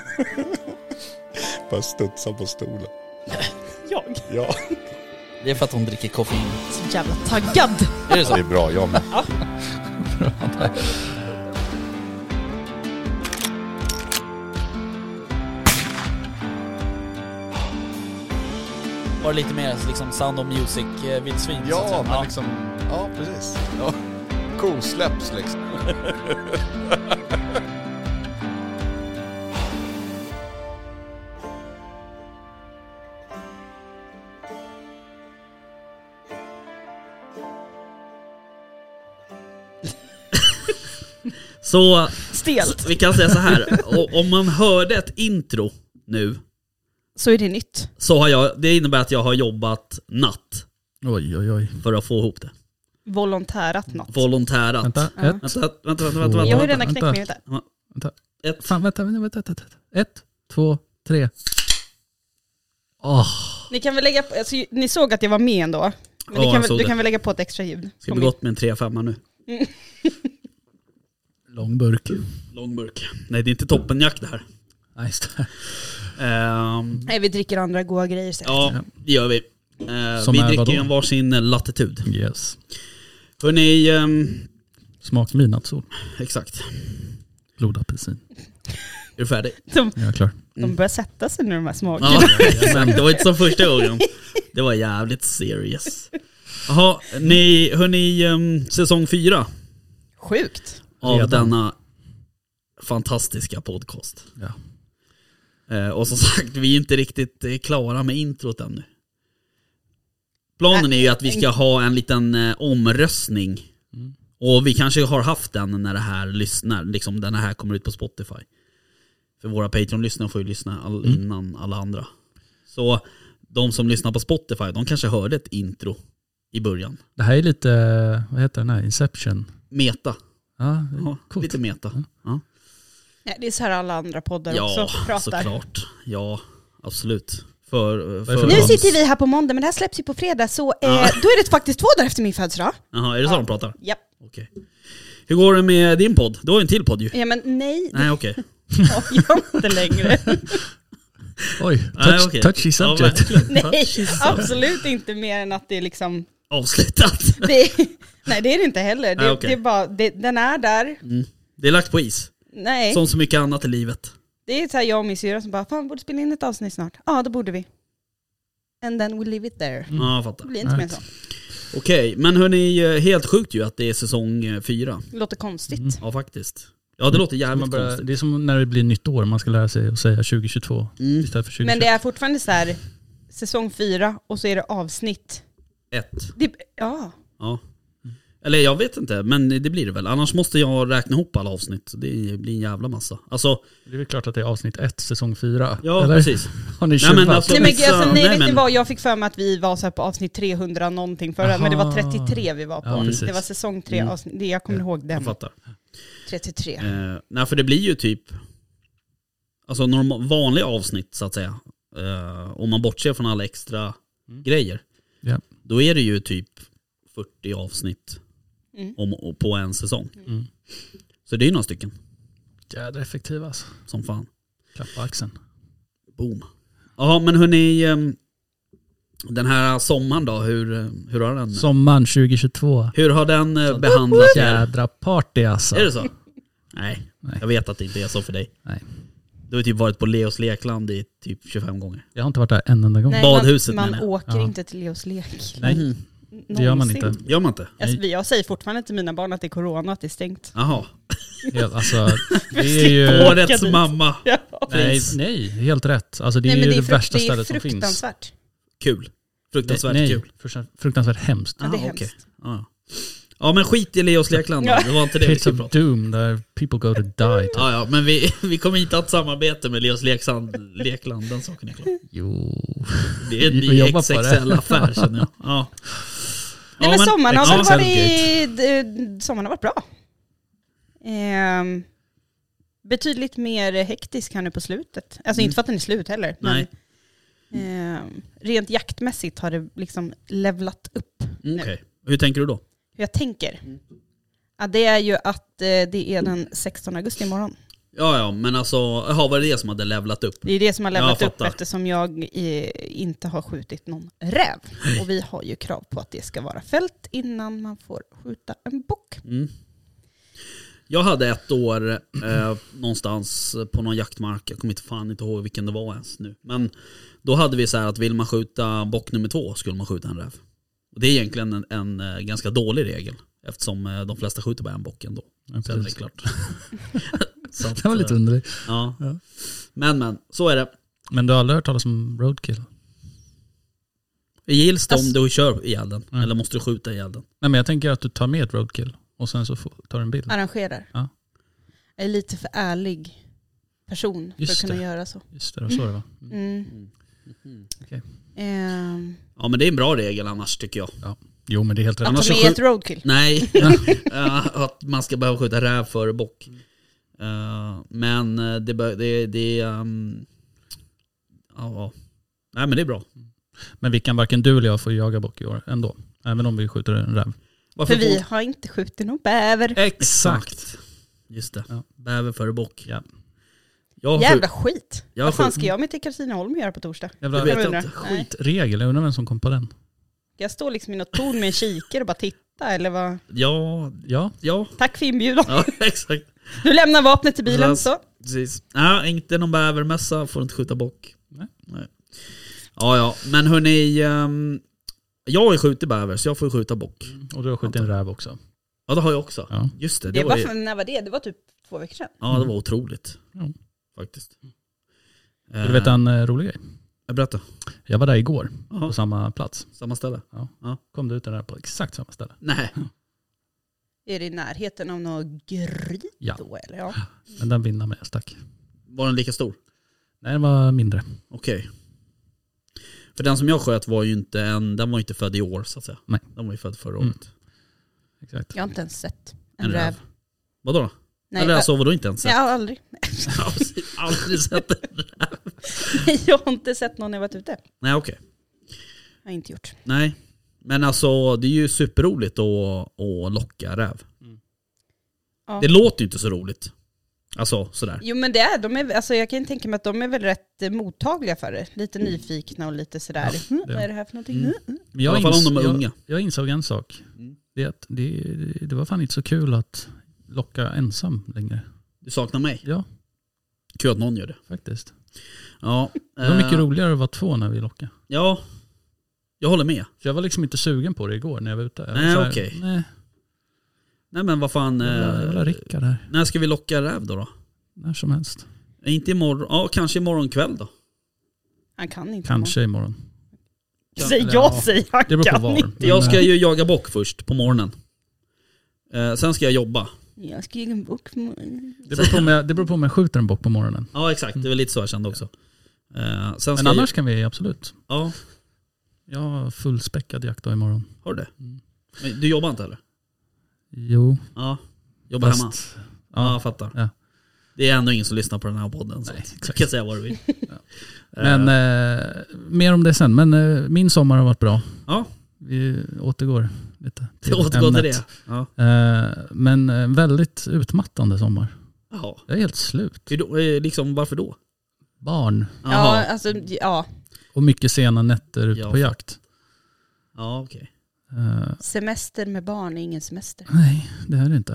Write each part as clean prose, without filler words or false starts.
Bara studsa på stolen. Jag? Ja. Det är för att hon dricker koffein. Så jävla taggad. Är det så? Det är bra, jag med. Ja. Var lite mer liksom Sound of Music vildsvin. Ja, men liksom... Ja, precis. Ja. Kosläpps liksom. Så Stelt. vi kan säga så här. Om man hörde ett intro nu, Så är det nytt. så har jag, det innebär att jag har jobbat natt Oj. för att få ihop det. Volontärat något. Volontärat. Vänta, Ja. Vänta. Jag har ju redan knäckt mig där. Vänta. Ett. Fan, vänta. 1, 2, 3. Ni kan väl lägga på, alltså, ni såg att jag var med ändå. Men Ja, ni kan jag väl, såg du det. kan väl lägga på ett extra ljud. Ska vi gått med en 3-5 nu? Lång burk. Långburk. Nej, det är inte toppenjack det här. Nice. Nej, vi dricker andra goda grejer sen. Ja, det gör vi. Som Vi är dricker vadå? ju en varsin latitud. Yes. Hörrni, Smak midnattssol. exakt. Blodapelsin. Är du färdig? Jag är klar. De börjar sätta sig nu, de här smakerna. Ja, men det var inte som första gången. Det var jävligt serious. Jaha, hörni, säsong 4 Sjukt. av Redan. denna fantastiska podcast. Ja. Och som sagt, vi är inte riktigt klara med introt ännu. Planen är ju att vi ska ha en liten omröstning. Och vi kanske har haft den när det här lyssnar, liksom när det här kommer ut på Spotify. För våra Patreon-lyssnare får ju lyssna innan alla andra. Så de som lyssnar på Spotify, de kanske hörde ett intro i början. Det här är lite, vad heter den här? Inception. Meta. Ja, Ja, coolt. lite meta. Ja, Ja, det är så här alla andra poddar ja också pratar. såklart. Ja, absolut. Nu sitter vi här på måndag, men det här släpps ju på fredag. Så då är det faktiskt 2 dagar efter min födelsedag. Jaha, är det så de pratar? Ja. Okej. Hur går det med din podd? Du har ju en till podd ju. Ja, men nej. Nej, okej. Ja, jag inte längre. Oj, Nej, okej. touchy Ja, subject. verkligen. Nej, absolut inte mer än att det är liksom... Avslutat. Nej, det är det inte heller. Det, Nej, okej. det är bara, den är där. Det är lagt på is. Nej, Som så mycket annat i livet. det är så här jag och min syra som bara, fan, borde spela in ett avsnitt snart. Ja, det borde vi. And then we leave it there. Ja, jag Det fattar. blir inte mer så. Okej, men hörni, helt sjukt ju att det är säsong 4. Det låter konstigt. Ja, faktiskt. Ja, det låter jävligt Man börjar, konstigt. det är som när det blir nytt år, man ska lära sig att säga 2022 istället för 2021. Men det är fortfarande så här, säsong 4 och så är det avsnitt. 1. Ja. Ja. Eller jag vet inte, men det blir det väl. Annars måste jag räkna ihop alla avsnitt. Det blir en jävla massa. Alltså, Det är väl klart att det är avsnitt 1, säsong 4. ja, eller? precis. Har ni Nej, tjuvat? men alltså- Nej, men, vissa- alltså, nej, vet ni men- vad, jag fick för mig att vi var så här på avsnitt 300 någonting förra, men det var 33 vi var på. Ja, precis. Det var säsong 3 avsnitt, det jag kommer ihåg den. Jag fattar. 33. Nej, för det blir ju typ alltså vanliga avsnitt så att säga. Om man bortser från alla extra grejer. Ja. Då är det ju typ 40 avsnitt på en säsong. Mm. Så det är ju några stycken. Jädra effektiv alltså. Som fan. Klappa axeln. Boom. Ja, men hörni, den här sommaren då, hur har den? Sommaren 2022. Hur har den behandlat er? Jädra party alltså. Är det så? Nej, Nej. jag vet att det inte är så för dig. Nej. Du har typ varit på Leos lekland i typ 25 gånger. Jag har inte varit där en enda gång. Nej, badhuset, man menar jag. åker Ja. inte till Leos lek. Nej, det gör man Någonsin. inte. Gör man inte? Alltså, jag säger fortfarande till mina barn att det är corona, att det är stängt. Jaha. Helt, alltså, det är ju... Årets mamma. Ja. Nej, helt rätt. Alltså, det är Nej, men ju det värsta det är stället som finns. fruktansvärt. Kul. Fruktansvärt Nej, kul. fruktansvärt hemskt. Ja, det är Ah, hemskt. okej. Ja, men skit i Leos lekland då. Ja. Det var inte det vi Pits skulle of prata om. doom där people go to die. Typ. Ja, men vi kommer inte ha ett samarbete med Leos lekland, den saken är klar. Jo. Det är en Vi får ny jobba på det. XXL-affär känner jag. Ja. Nej, men sommaren har väl Excel varit, sommaren har varit bra. Betydligt mer hektisk här nu på slutet. Alltså inte för att den är slut heller. Nej. Men, rent jaktmässigt har det liksom levlat upp. Okej. Hur tänker du då? Hur jag tänker? Ja, det är ju att det är den 16 augusti imorgon. Ja, men alltså, var det det som hade levlat upp? Det är det som har levlat Jag upp fattar. eftersom jag inte har skjutit någon räv. Och vi har ju krav på att det ska vara fält innan man får skjuta en bock. Mm. Jag hade ett år någonstans på någon jaktmark. Jag kommer inte ihåg vilken det var ens nu. Men då hade vi så här att vill man skjuta bock nummer 2 skulle man skjuta en räv. Och det är egentligen en ganska dålig regel. Eftersom de flesta skjuter bara en bock ändå. Ja, Så är det klart. Så att, Det var lite underligt. ja. Ja. Men, så är det. Men du har aldrig hört talas om roadkill? Gills det om Alltså- du kör ihjäl den? Mm. Eller måste du skjuta ihjäl den? Nej, men jag tänker att du tar med ett roadkill och sen så tar du en bild. Arrangerar. Ja. Jag är lite för ärlig person för Just att kunna det. göra så. Just det, så det var. Okej. Ja, men det är en bra regel annars tycker jag. Jo, men det är helt rätt. Att Annars ta så med ett roadkill. Nej, att man ska behöva skjuta räv före bock. Men ja. Nej, men det är bra. Men vi kan varken du eller jag få jaga bock i år ändå. Även om vi skjuter en räv. Varför För vi har inte skjutit någon bäver. Exakt. Just det. Ja. Bäver före bock. Ja. Jävla skit. Jag Vad fan skjut- ska jag med till Katrineholm göra på torsdag? Jävla Det vet jag undrar. inte. Nej. skitregel. Jag undrar vem som kom på den. Ska jag stå liksom i något torn med en kikare och bara titta eller vad? Ja, Tack för inbjudan. ja, exakt. Du lämnar vapnet i bilen så. Precis. Ja, inte någon bävermässa, får inte skjuta bock. Nej. Ja, men hörni, jag har ju skjutit bäver så jag får ju skjuta bock. Och du har skjutit en räv också. Ja, det har jag också. Ja. Just det, Det var var ju, när var det? Det var typ 2 veckor sedan. ja, det var otroligt. Ja. Faktiskt. Vill du veta en rolig grej? Jag berättar. Jag var där igår Jaha. på samma plats. Samma ställe? Kom det ut den där på exakt samma ställe. Nej. Är det i närheten av någon gryt Ja. då eller? Ja. Men den vinner med stack. Var den lika stor? Nej, den var mindre. Okej. För den som jag sköt var ju inte den var ju inte född i år så att säga. Nej. Den var ju född förra Mm. året. Exakt. Jag har inte ens sett en räv. Vadå då? Nej, Eller alltså vadå inte ens sett? jag har aldrig. Jag har aldrig sett en räv. Jag har inte sett någon när jag varit ute. Nej, okej. Jag har inte gjort. Nej. Men alltså det är ju superroligt att locka räv. Ja. Det låter ju inte så roligt. Alltså sådär. Jo men det är, alltså jag kan tänka mig att de är väl rätt mottagliga för det. Lite nyfikna och lite sådär. Ja, Vad är det här för någonting? Men I alla fall om de är unga. Jag insåg en sak. Mm. Det är att det var fan inte så kul att locka ensam längre. Du saknar mig. Ja, Kul att någon gör det. faktiskt. Ja. Det var mycket roligare att vara 2 när vi lockade. Ja. Jag håller med. För jag var liksom inte sugen på det igår när jag var ute. Jag var Nej, så här, okej. Nej, Nej men vad fan. jag vill ha Rickard här. När ska vi locka räv då? När som helst. Inte imorgon. Ja, kanske imorgon kväll då. Han kan inte. Kanske imorgon. Säg Eller, jag ja, säger han det beror på kan var. inte. Men, Jag ska ju jaga bock först på morgonen. Sen ska jag jobba. Jag ska ge en bok. Det beror på om jag skjuter en bock på morgonen. Ja exakt, det var lite så jag kände också. Sen ska Men annars kan vi absolut. Ja, Jag har fullspäckad jaktdag imorgon. har du det? Mm. Men du jobbar inte eller? Jo, Ja, jobbar hemma. fast... Ja, jag fattar. Ja. Det är ändå ingen som lyssnar på den här podden. Så Nej, du exakt. kan säga vad du vill. Men mer om det sen. Men min sommar har varit bra. Ja, Vi återgår lite vi återgår till ämnet. det. Ja. Men väldigt utmattande sommar. Jaha. Jag är helt slut. Hur då, liksom, varför då? Barn Jaha. Ja, alltså ja. och mycket sena nätter ute Ja, på jakt. Ja, okej. Semester med barn är ingen semester. Nej, det är det inte.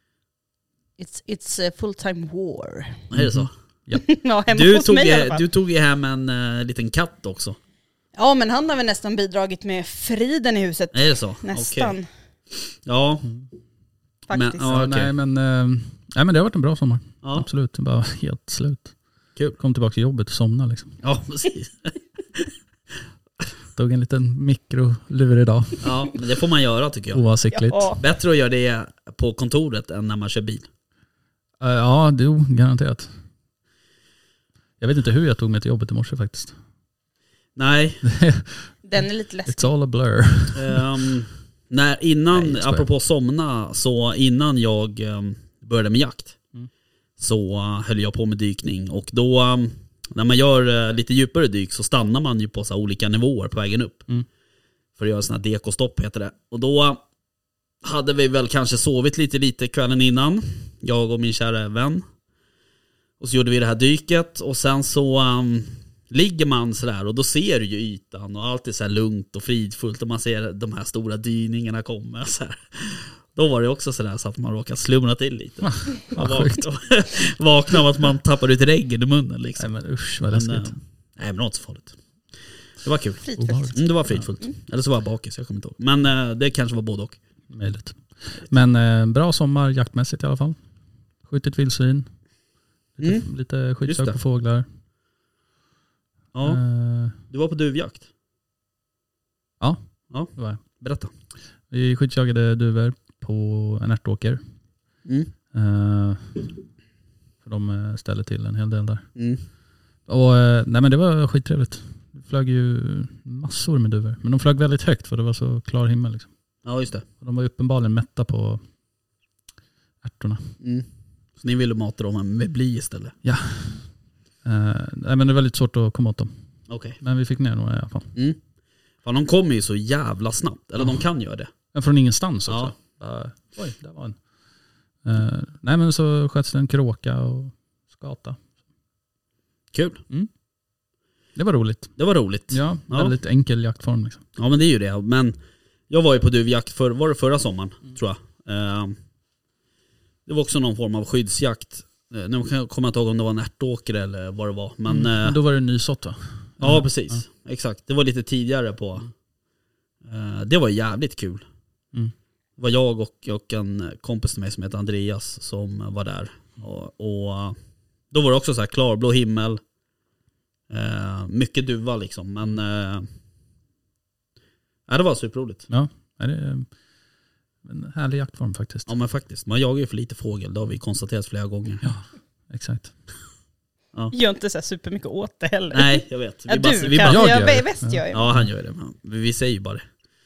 It's a full-time war. Är det så? Ja, hemma Du hos tog, mig i alla fall. du tog ju hem en liten katt också. Ja, men han har väl nästan bidragit med friden i huset. Är det så? Nästan, Okej. Ja, faktiskt. Men, ja, okej. Nej, men det har varit en bra sommar. Ja. Absolut, jag bara helt slut. Kul. Kom tillbaka till jobbet och somnade liksom. Ja, precis. Tog en liten mikrolur idag. Ja, men det får man göra tycker jag. Oavsiktligt. Ja. Bättre att göra det på kontoret än när man kör bil. Ja, det är garanterat. Jag vet inte hur jag tog mig till jobbet i morse faktiskt. Nej, Den är lite läskig. It's all a blur. innan, Nej, apropå somna, så innan jag började med jakt Mm. så höll jag på med dykning. Och då, när man gör lite djupare dyk så stannar man ju på så här olika nivåer på vägen upp. Mm. För att göra sådana här dekostopp heter det. Och då hade vi väl kanske sovit lite kvällen innan, jag och min kära vän. Och så gjorde vi det här dyket och sen så ligger man sådär och då ser du ju ytan och allt är så här lugnt och fridfullt och man ser de här stora dyningarna komma så här. Då var det också sådär så att man råkade slumra till lite. Vakna av att man tappar ut reggen i munnen liksom. Nej men usch vad läskigt. Nej men det var inte så farligt. Det var kul. Fridfullt. Det var fridfullt. Eller så var jag bakis, jag kommer inte ihåg. Men det kanske var både och. Möjligt. Men bra sommar jaktmässigt i alla fall. Skjutit vildsvin. Lite skyddsjakt på fåglar. Ja. Du var på duvjakt. Ja. Det var jag. Berätta. Vi skyddsjagade duvor på en ärtåker. För de ställde till en hel del där. Och nej men det var skittrevligt. Det flög ju massor med duvor. Men de flög väldigt högt för det var så klar himmel liksom. Ja just det. Och de var uppenbarligen mätta på ärtorna. Så ni ville mata dem med bly istället? Ja. Nej men det var lite svårt att komma åt dem. Okej. Men vi fick ner några i alla fall. För de kommer ju så jävla snabbt. Eller de kan göra det. Men från ingenstans också. Oj, där var en. Nej men så sköts det en kråka och skata. Kul. Det var roligt. Det var roligt. Ja, väldigt enkel jaktform liksom. Ja men det är ju det. Men jag var ju på duvjakt var det förra sommaren tror jag. Det var också någon form av skyddsjakt. Nu kommer jag inte ihåg om det var en ärtåker eller vad det var. Men då var det nysått va? Ja precis. Ja. Exakt. Det var lite tidigare på. Det var jävligt kul. Det var jag och en kompis till mig som heter Andreas som var där. Och då var det också så här klarblå himmel. Mycket duva liksom. Men det var superroligt. Ja, det är en härlig jaktform faktiskt. Ja men faktiskt. Man jagar ju för lite fågel. Det har vi konstaterat flera gånger. Ja, exakt. Ja. Gör inte så här supermycket åt det heller. Nej, jag vet. Jag gör Ja, han gör det. Men vi säger ju bara det.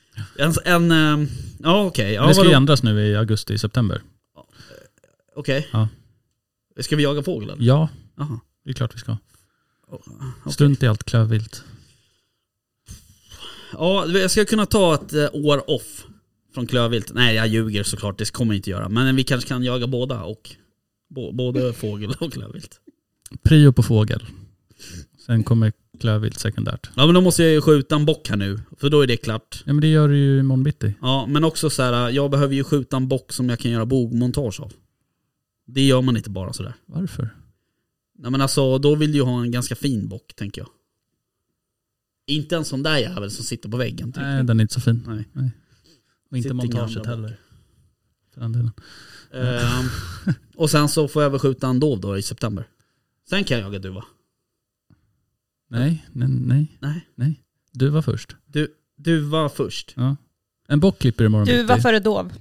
Okej. Ja, det ska ju ändras nu i augusti, september. Okej. Ja. Ska vi jaga fågel eller? Ja, Aha. det är klart vi ska. Okay. Strunt i allt klövvilt. Ja, jag ska kunna ta ett år off från klövvilt. Nej, jag ljuger såklart. Det kommer jag inte göra. Men vi kanske kan jaga båda och både fågel och klövvilt. Prio på fågel. Sen kommer klövvilt sekundärt. Ja men då måste jag ju skjuta en bock här nu. För då är det klart. Ja men det gör du ju imorgon bitti. Ja men också så här, jag behöver ju skjuta en bock som jag kan göra bogmontage av. Det gör man inte bara sådär. Varför? Nej men alltså då vill du ju ha en ganska fin bock tänker jag. Inte en sån där jävel som sitter på väggen. Nej den är inte så fin. Nej. Och inte montaget heller. För den delen. Och sen så får jag väl skjuta en dov då i september. Sen kan jag jaga duva. Nej. Du var först. Du var först. Ja. En bock klipper imorgon. Du var före dov.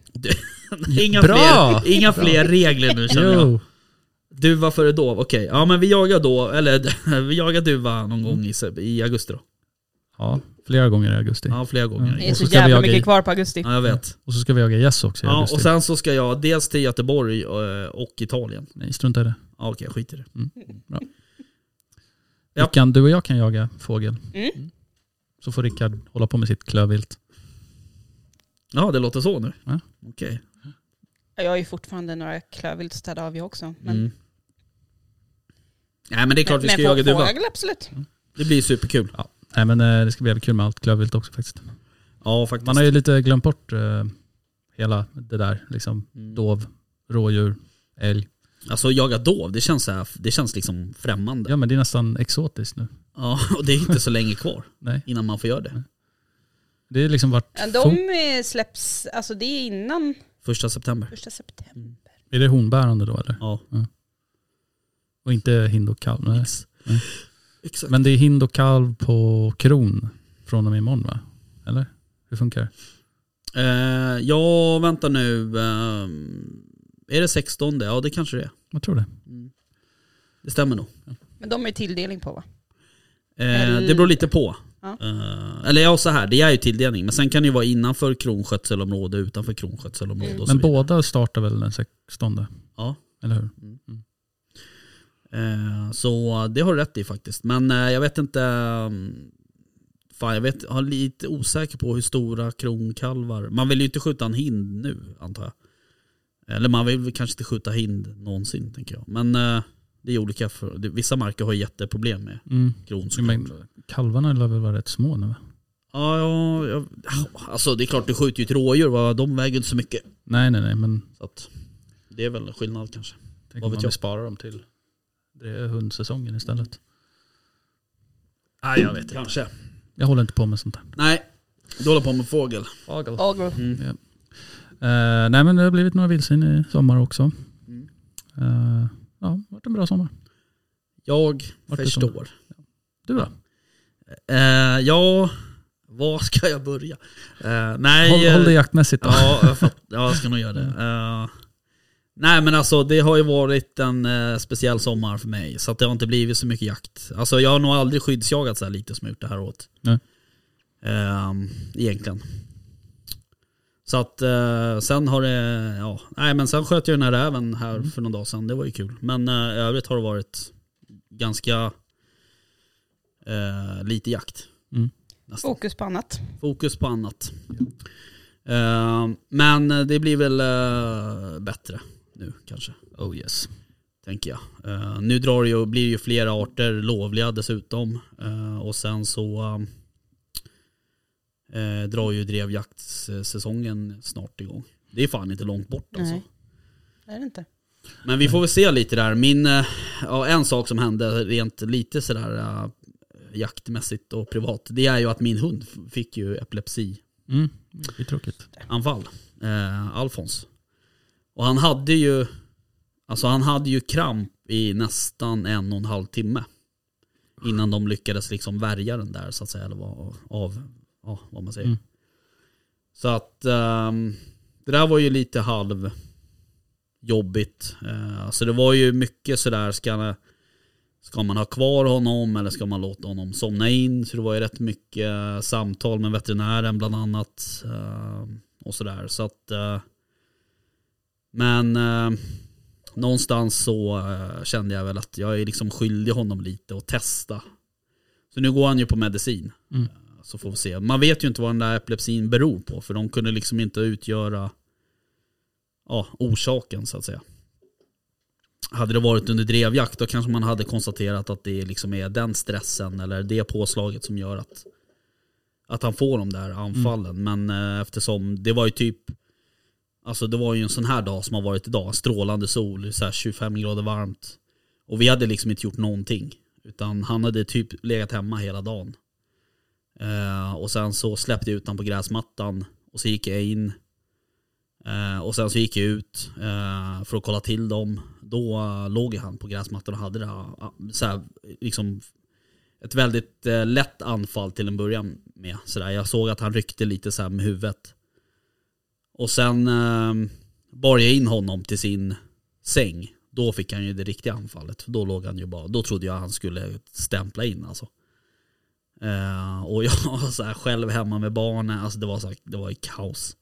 Inga fler regler nu känner jag. Du var före dov, okej. Ja men vi jagar då, eller vi jagar duva någon gång i augusti då. Ja, flera gånger i augusti. Ja, flera gånger. Det är så jävla mycket kvar på augusti. Ja, jag vet. Och så ska vi jaga gäss också i augusti. Och sen så ska jag dels till Göteborg och Italien. Nej, strunta i det. Ja, okej, skit i det. Bra. Ja. Du och jag kan jaga fågel. Så får Rickard hålla på med sitt klövvilt. Ja, det låter så nu. Ja. Okej. Jag har ju fortfarande några klövvilt städa av jag också. Men... Nej, men det är klart vi ska jaga duva. Fågel, absolut. Det blir superkul. Ja. Nej, men det ska bli väldigt kul med allt klövvilt också faktiskt. Ja, faktiskt. Man har ju lite glömt bort hela det där. Liksom dov, rådjur, älg. Alltså jaga dov, det känns liksom främmande. Ja, men det är nästan exotiskt nu. Ja, och det är inte så länge kvar Nej. innan man får göra det. Det är liksom vart... De släpps, alltså det är innan 1 september. 1 september. Är det hornbärande då eller? Ja. Och inte hind och kalv? Nej. Exakt. Men det är hind och kalv på kron från och med imorgon va? Eller? Hur funkar det? Ja, vänta nu. Är det 16? Ja, det kanske det är. Jag tror det. Det stämmer nog. Men de är tilldelning på va? Det beror lite på. Ja. Eller ja, så här, det är ju tilldelning. Men sen kan det ju vara innanför kronskötselområde, utanför kronskötselområde. Och så men vidare. båda startar väl den 16? Ja. Eller hur? Så det har du rätt i faktiskt. Men jag vet inte. Fan, jag har lite osäker på hur stora kronkalvar. Man vill ju inte skjuta en hind nu, antar jag. Eller man vill kanske inte skjuta hind någonsin, tänker jag. Men Det är olika vissa marker har jätteproblem med kron. Men kalvarna lär väl vara rätt små nu? Ja, alltså det är klart du skjuter ju ett rådjur, de väger inte så mycket. Nej, men så att, det är väl skillnad kanske. Tänk om man vill spara dem till hundsäsongen istället. Nej, jag vet inte. Kanske. Jag håller inte på med sånt här. Nej, du håller på med fågel. Ja. Nej, men det har blivit några vildsvin i sommar också. Ja, det har varit en bra sommar. Jag förstår. Du då? Ja, vad ska jag börja? Nej, håll det jaktmässigt då. Ja, jag ska nog göra det. Nej, men alltså det har ju varit en speciell sommar för mig. Så att det har inte blivit så mycket jakt. Alltså jag har nog aldrig skyddsjagat så här lite som jag gjort det här året. Egentligen. Så att sen har det, sen sköt jag den här räven här för någon dag sedan. Det var ju kul. Men i övrigt har det varit ganska lite jakt. Fokus på annat. Men det blir väl bättre nu kanske. Oh yes. Tänker jag. Nu blir ju flera arter lovliga dessutom. Och sen så drar ju drevjaktssäsongen snart igång. Det är fan inte långt bort alltså. Nej, det är det inte. Men vi får väl se lite där. En sak som hände rent lite sådär jaktmässigt och privat, det är ju att min hund fick ju epilepsi. Det är tråkigt. Anfall. Alfons. Och han hade ju kramp i nästan 1,5 timme innan de lyckades liksom värja den där så att säga, eller vad man säger. Så att det där var ju lite halv jobbigt. Så det var ju mycket sådär, ska man ha kvar honom eller ska man låta honom somna in? Så det var ju rätt mycket samtal med veterinären bland annat och sådär. Så att men någonstans så kände jag väl att jag är liksom skyldig honom lite att testa. Så nu går han ju på medicin. Så får vi se. Man vet ju inte vad den där epilepsin beror på, för de kunde liksom inte utgöra orsaken så att säga. Hade det varit under drevjakt då kanske man hade konstaterat att det liksom är den stressen eller det påslaget som gör att han får de där anfallen. Men eftersom det var ju typ, alltså det var ju en sån här dag som har varit idag, strålande sol, så här 25 grader varmt, och vi hade liksom inte gjort någonting, utan han hade typ legat hemma hela dagen. Och sen så släppte jag ut han på gräsmattan och så gick jag in. Och sen så gick jag ut för att kolla till dem. Då låg han på gräsmattan och hade det så här, liksom ett väldigt lätt anfall till en början med. Så där. Jag såg att han ryckte lite så här med huvudet. Och sen bar jag in honom till sin säng. Då fick han ju det riktiga anfallet. Då låg han ju bara, då trodde jag han skulle stämpla in alltså. Och jag var så här själv hemma med barnen. Alltså det var kaos.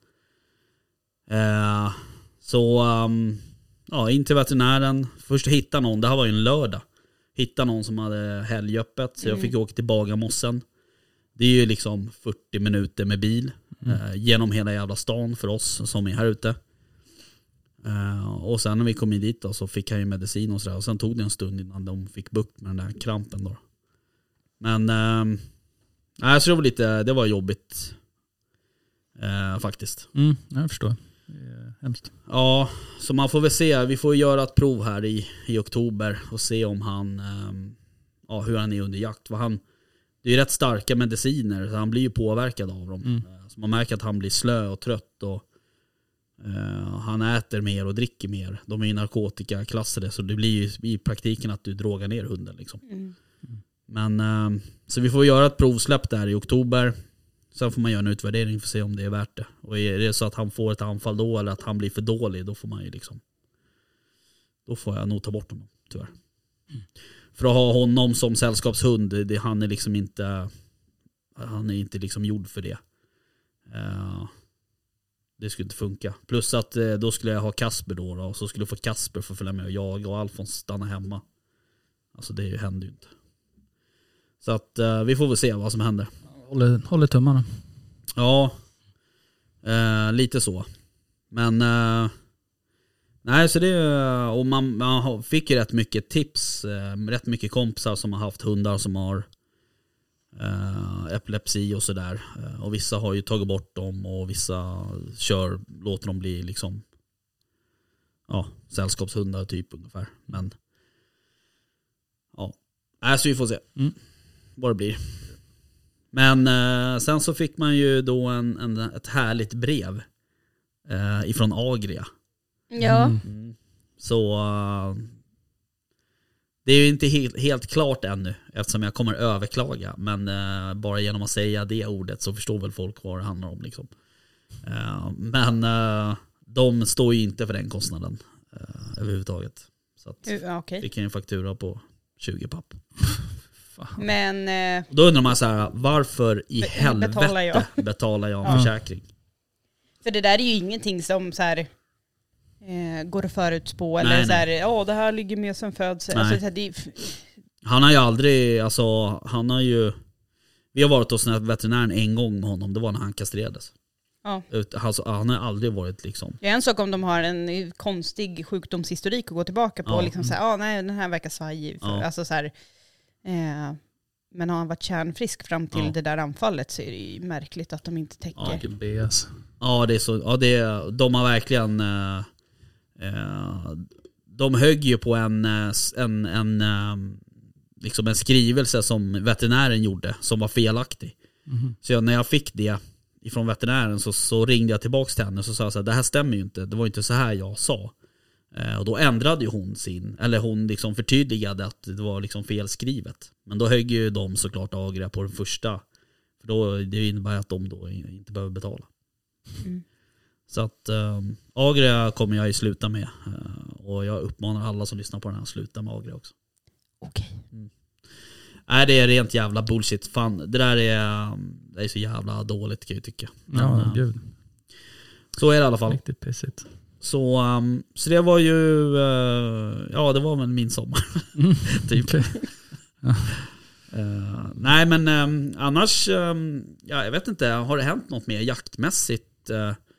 In till veterinären. Först hitta någon, det här var ju en lördag. Hitta någon som hade helgöppet. Så jag fick åka till Bagarmossen. Det är ju liksom 40 minuter med bil genom hela jävla stan för oss som är här ute. Och sen när vi kom in dit då, så fick han ju medicin och sådär. Och sen tog det en stund innan de fick bukt med den där krampen då. Men så det var jobbigt faktiskt. Jag förstår. Det är hemskt. Ja, så man får väl se. Vi får göra ett prov här i oktober och se om han hur han är under jakt. Det är ju rätt starka mediciner, så han blir ju påverkad av dem. Så man märker att han blir slö och trött och han äter mer och dricker mer. De är ju narkotikaklassade, så det blir ju i praktiken att du drogar ner hunden liksom. Men så vi får göra ett provsläpp där i oktober. Sen får man göra en utvärdering för att se om det är värt det. Och är det så att han får ett anfall då, eller att han blir för dålig, då får man ju liksom, då får jag nog ta bort honom tyvärr. För att ha honom som sällskapshund, han är liksom inte, han är inte liksom gjord för det. Det skulle inte funka. Plus att då skulle jag ha Kasper då, och så skulle jag få Kasper för att följa med och jaga, och Alfons stanna hemma. Alltså det händer ju inte. Så att vi får väl se vad som händer. Håller tummarna. Ja, lite så. Men Nej, så det, och man fick ju rätt mycket tips, rätt mycket kompisar som har haft hundar som har epilepsi och sådär. Och vissa har ju tagit bort dem och vissa låter dem bli liksom sällskapshundar typ ungefär. Men så vi får se vad det blir. Men sen så fick man ju då ett härligt brev ifrån Agria. Ja. Så det är ju inte helt klart ännu eftersom jag kommer överklaga. Men bara genom att säga det ordet så förstår väl folk vad det handlar om liksom. Men de står ju inte för den kostnaden överhuvudtaget. Så att det kan ju faktura på 20 papp. Men då undrar man så här, varför i helvete betalar jag en försäkring? För det där är ju ingenting som så här går att förutspå eller så här, det här ligger med som föds. Alltså, han har ju aldrig, vi har varit hos veterinären en gång med honom, det var när han kastrerades. Ja. Alltså, han har aldrig varit liksom. Det är en sak om de har en konstig sjukdomshistorik att gå tillbaka på. Liksom så här, nej, den här verkar svajig. Alltså, så här, men har han varit kärnfrisk fram till det där anfallet så är det ju märkligt att de inte täcker. Ja, det är så. Ja, de har verkligen de högg ju på liksom en skrivelse som veterinären gjorde som var felaktig. Så när jag fick det ifrån veterinären så ringde jag tillbaka till henne och så sa jag så här, det här stämmer ju inte, det var inte så här jag sa. Och då ändrade ju hon liksom förtydligade att det var liksom felskrivet. Men då högg ju de såklart Agria på den första. För då, det innebär att de då inte behöver betala. Så att Agria kommer jag ju sluta med. Och jag uppmanar alla som lyssnar på den här att sluta med Agria också. Okej. Nej, det är rent jävla bullshit. Fan, det där är så jävla dåligt kan jag tycka. Ja, gud. Så är det i alla fall. Riktigt pissigt. Så det var ju det var väl min sommar. Typ. Okay. Nej, men annars jag vet inte, har det hänt något mer jaktmässigt?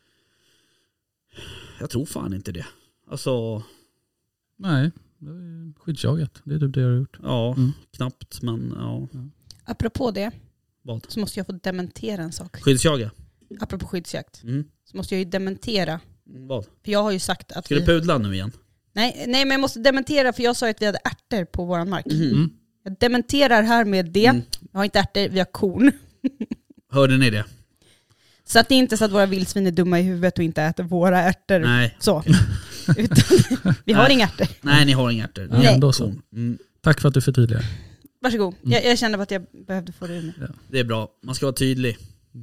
Jag tror fan inte det. Alltså nej, det är skyddsjagat. Det är typ det jag har gjort. Ja, knappt, men ja. Apropå det. Vad? Så måste jag få dementera en sak. Skyddsjaga? Apropå skyddsjakt. Så måste jag ju dementera. Vad? För jag har ju sagt att ska du pudla nu igen? Nej, men jag måste dementera för jag sa att vi hade ärtor på våran mark. Jag dementerar här med det. Jag har inte ärtor, vi har korn. Hörde ni det? Så att det är inte så att våra vildsvin är dumma i huvudet och inte äter våra ärtor. Nej. Så. Utan, vi har inga ärtor. Nej, ni har inga ärtor. Nej. Ändå så. Tack för att du förtydligar. Varsågod. Jag kände att jag behövde få det nu. Ja. Det är bra. Man ska vara tydlig.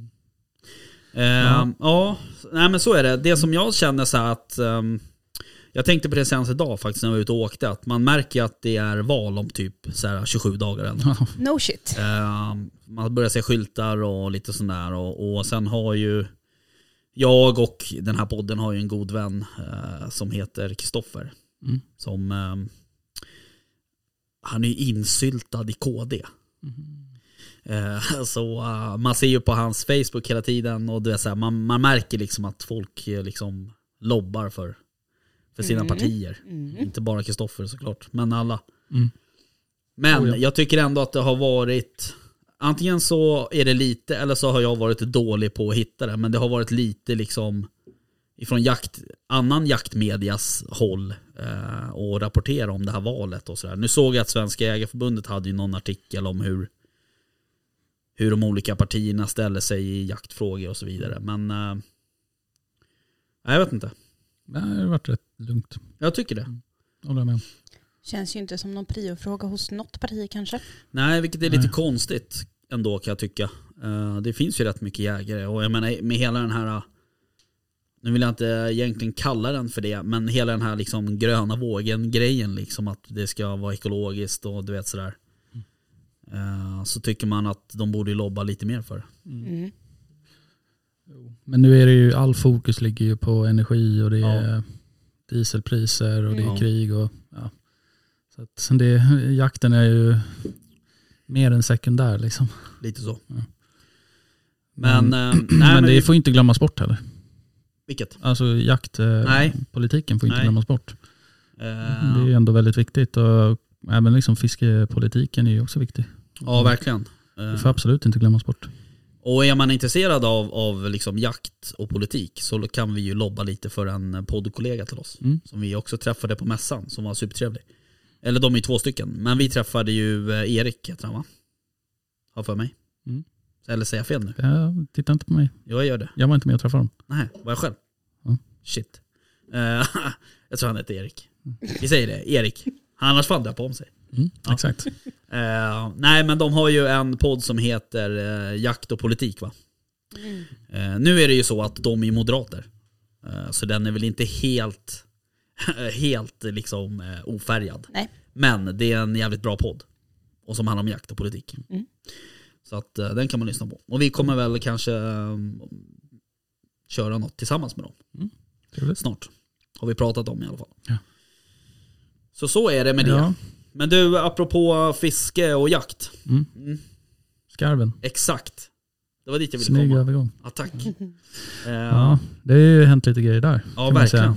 Nej men så är det. Det som jag känner så här att jag tänkte på det senaste dag faktiskt när jag var ute och åkte, att man märker att det är val om typ så här 27 dagar än. No shit. Man börjar se skyltar och lite sån där och sen har ju jag och den här podden har ju en god vän som heter Kristoffer som han är insyltad i KD. Så man ser ju på hans Facebook hela tiden och det är så här, man märker liksom att folk liksom lobbar för sina partier. Inte bara Kristoffer såklart, men alla. Men jag tycker ändå att det har varit, antingen så är det lite eller så har jag varit dålig på att hitta det, men det har varit lite liksom ifrån annan jaktmedias håll och rapportera om det här valet och sådär. Nu såg jag att Svenska Jägarförbundet hade ju någon artikel om hur de olika partierna ställer sig i jaktfrågor och så vidare. Men jag vet inte. Det har varit rätt lugnt. Jag tycker det. Håller med. Känns ju inte som någon priofråga hos något parti kanske. Nej, vilket är lite konstigt ändå kan jag tycka. Det finns ju rätt mycket jägare och jag menar med hela den här, nu vill jag inte egentligen kalla den för det, men hela den här liksom gröna vågen grejen liksom, att det ska vara ekologiskt och du vet sådär. Så tycker man att de borde lobba lite mer för. Men nu är det ju, all fokus ligger ju på energi och det är dieselpriser och det är krig och så att jakten är ju mer än sekundär liksom. Lite så. Men det får inte glömmas bort heller. Vilket? Alltså jaktpolitiken får inte glömmas bort. Det är ändå väldigt viktigt och även liksom fiskepolitiken är ju också viktig. Ja, verkligen. Det får absolut inte glömmas bort. Och är man intresserad av liksom jakt och politik så kan vi ju lobba lite för en poddkollega till oss. Som vi också träffade på mässan som var supertrevlig. Eller de är 2 stycken. Men vi träffade ju Erik, heter han va? Har för mig. Eller säger jag fel nu? Titta inte på mig. Jag gör det. Jag var inte med och träffade dem. Nej, var jag själv? Shit. Jag tror han heter Erik. Vi säger det, Erik. Han annars fan på om sig. Exakt. Nej, men de har ju en podd som heter Jakt och politik va? Nu är det ju så att de är moderater. Så den är väl inte helt liksom ofärgad. Nej. Men det är en jävligt bra podd. Och som handlar om jakt och politik. Så att den kan man lyssna på. Och vi kommer väl kanske köra något tillsammans med dem. Snart. Har vi pratat om i alla fall. Ja. Så är det med det. Men du, apropå fiske och jakt. Skarven. Exakt. Det var dit jag ville Snygg komma. övergång. Ja, tack. Ja, det har ju hänt lite grejer där. Ja, verkligen.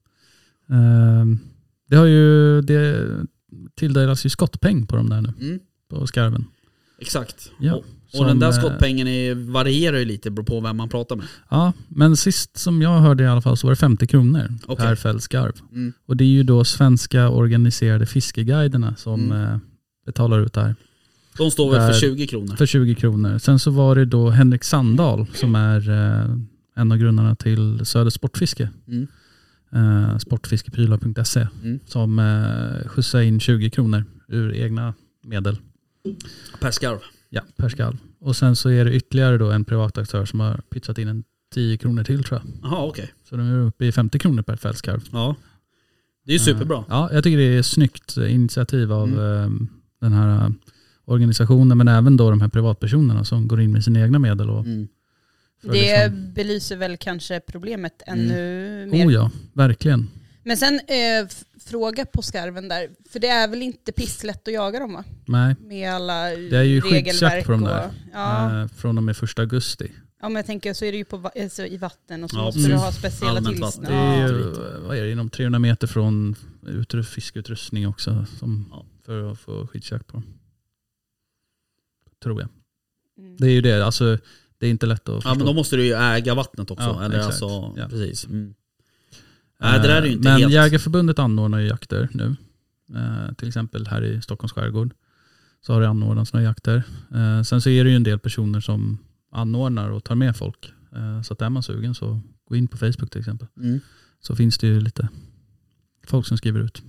Det tilldelas ju skottpeng på de där nu. På skarven. Exakt. Ja, och den där skottpengen varierar ju lite beroende på vem man pratar med. Ja, men sist som jag hörde i alla fall så var det 50 kronor per fälld skarv. Och det är ju då svenska organiserade fiskeguiderna som betalar ut det här. De står väl för 20 kronor? För 20 kronor. Sen så var det då Henrik Sandahl som är en av grundarna till Söder Sportfiske. Sportfiskeprylar.se som skjutsade in 20 kronor ur egna medel. Per skarv? Ja, per skarv. Och sen så är det ytterligare då en privat aktör som har pitchat in en 10 kronor till tror jag. Jaha, okej. Så de är uppe i 50 kronor per fältskarv. Ja, det är ju superbra. Ja, jag tycker det är ett snyggt initiativ av den här organisationen, men även då de här privatpersonerna som går in med sina egna medel. Och det belyser väl kanske problemet ännu mer. Oh ja, verkligen. Men sen fråga på skarven där, för det är väl inte pisslätt att jaga dem va? Nej, med alla det är ju skyddsjakt på dem där från och med 1 augusti. Ja, men jag tänker så är det ju i vatten och så måste du ha speciella tillstånd. Det är ju, vad är det, inom 300 meter från fiskeutrustning också för att få skyddsjakt på dem. Tror jag. Det är ju det, alltså det är inte lätt att förstå. Ja, men då måste du ju äga vattnet också. Ja, eller exakt. alltså, ja. Precis. Nej, det där är ju inte men helt... Jägarförbundet anordnar ju jakter nu. Till exempel här i Stockholms skärgård så har det anordnats några jakter. Sen så är det ju en del personer som anordnar och tar med folk. Så att är man sugen så gå in på Facebook till exempel. Så finns det ju lite folk som skriver ut.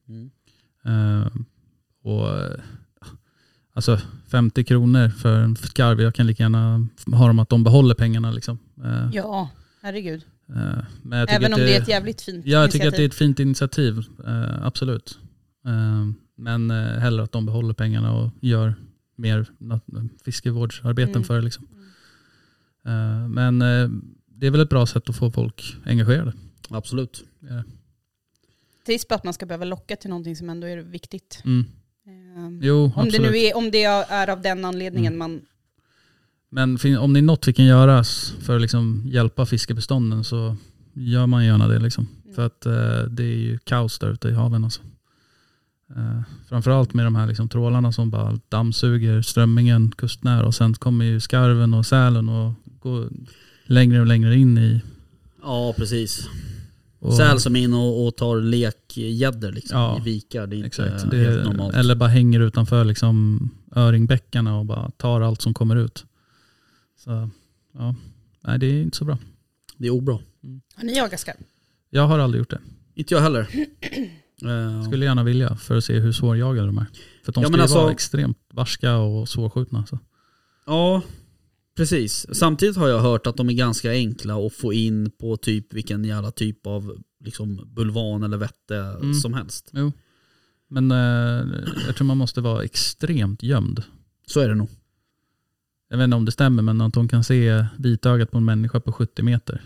Och alltså 50 kronor för en skarv, jag kan lika gärna ha dem att de behåller pengarna liksom. Ja, herregud. Men även om det är ett jävligt fint initiativ. Jag tycker att det är ett fint initiativ, absolut. Men hellre att de behåller pengarna och gör mer fiskevårdsarbeten för det liksom. Men det är väl ett bra sätt att få folk engagerade. Absolut. Ja. Trist på att man ska behöva locka till någonting som ändå är viktigt. Jo, om det nu är, om det är av den anledningen man... Men om det är något vi kan göra för att liksom hjälpa fiskebestånden så gör man gärna det liksom. För att det är ju kaos där ute i haven alltså. Framförallt med de här liksom trålarna som bara dammsuger strömmingen kustnära och sen kommer ju skarven och sälen och går längre och längre in i... Ja, precis. Säl som in och tar lekgäddor liksom, i vikar. Det är exakt. inte helt normalt. Eller bara hänger utanför liksom öringbäckarna och bara tar allt som kommer ut. Så ja, nej det är inte så bra. Det är obra. Har ni jagat skarv? Jag har aldrig gjort det. Inte jag heller. Skulle gärna vilja för att se hur svårjagade de är. För att de ska vara extremt varska och svårskjutna. Så. Ja, precis. Samtidigt har jag hört att de är ganska enkla att få in på typ vilken jävla typ av liksom bulvan eller vette som helst. Jo. Men jag tror man måste vara extremt gömd. Så är det nog. Jag vet inte om det stämmer, men att de kan se vitögat på en människa på 70 meter.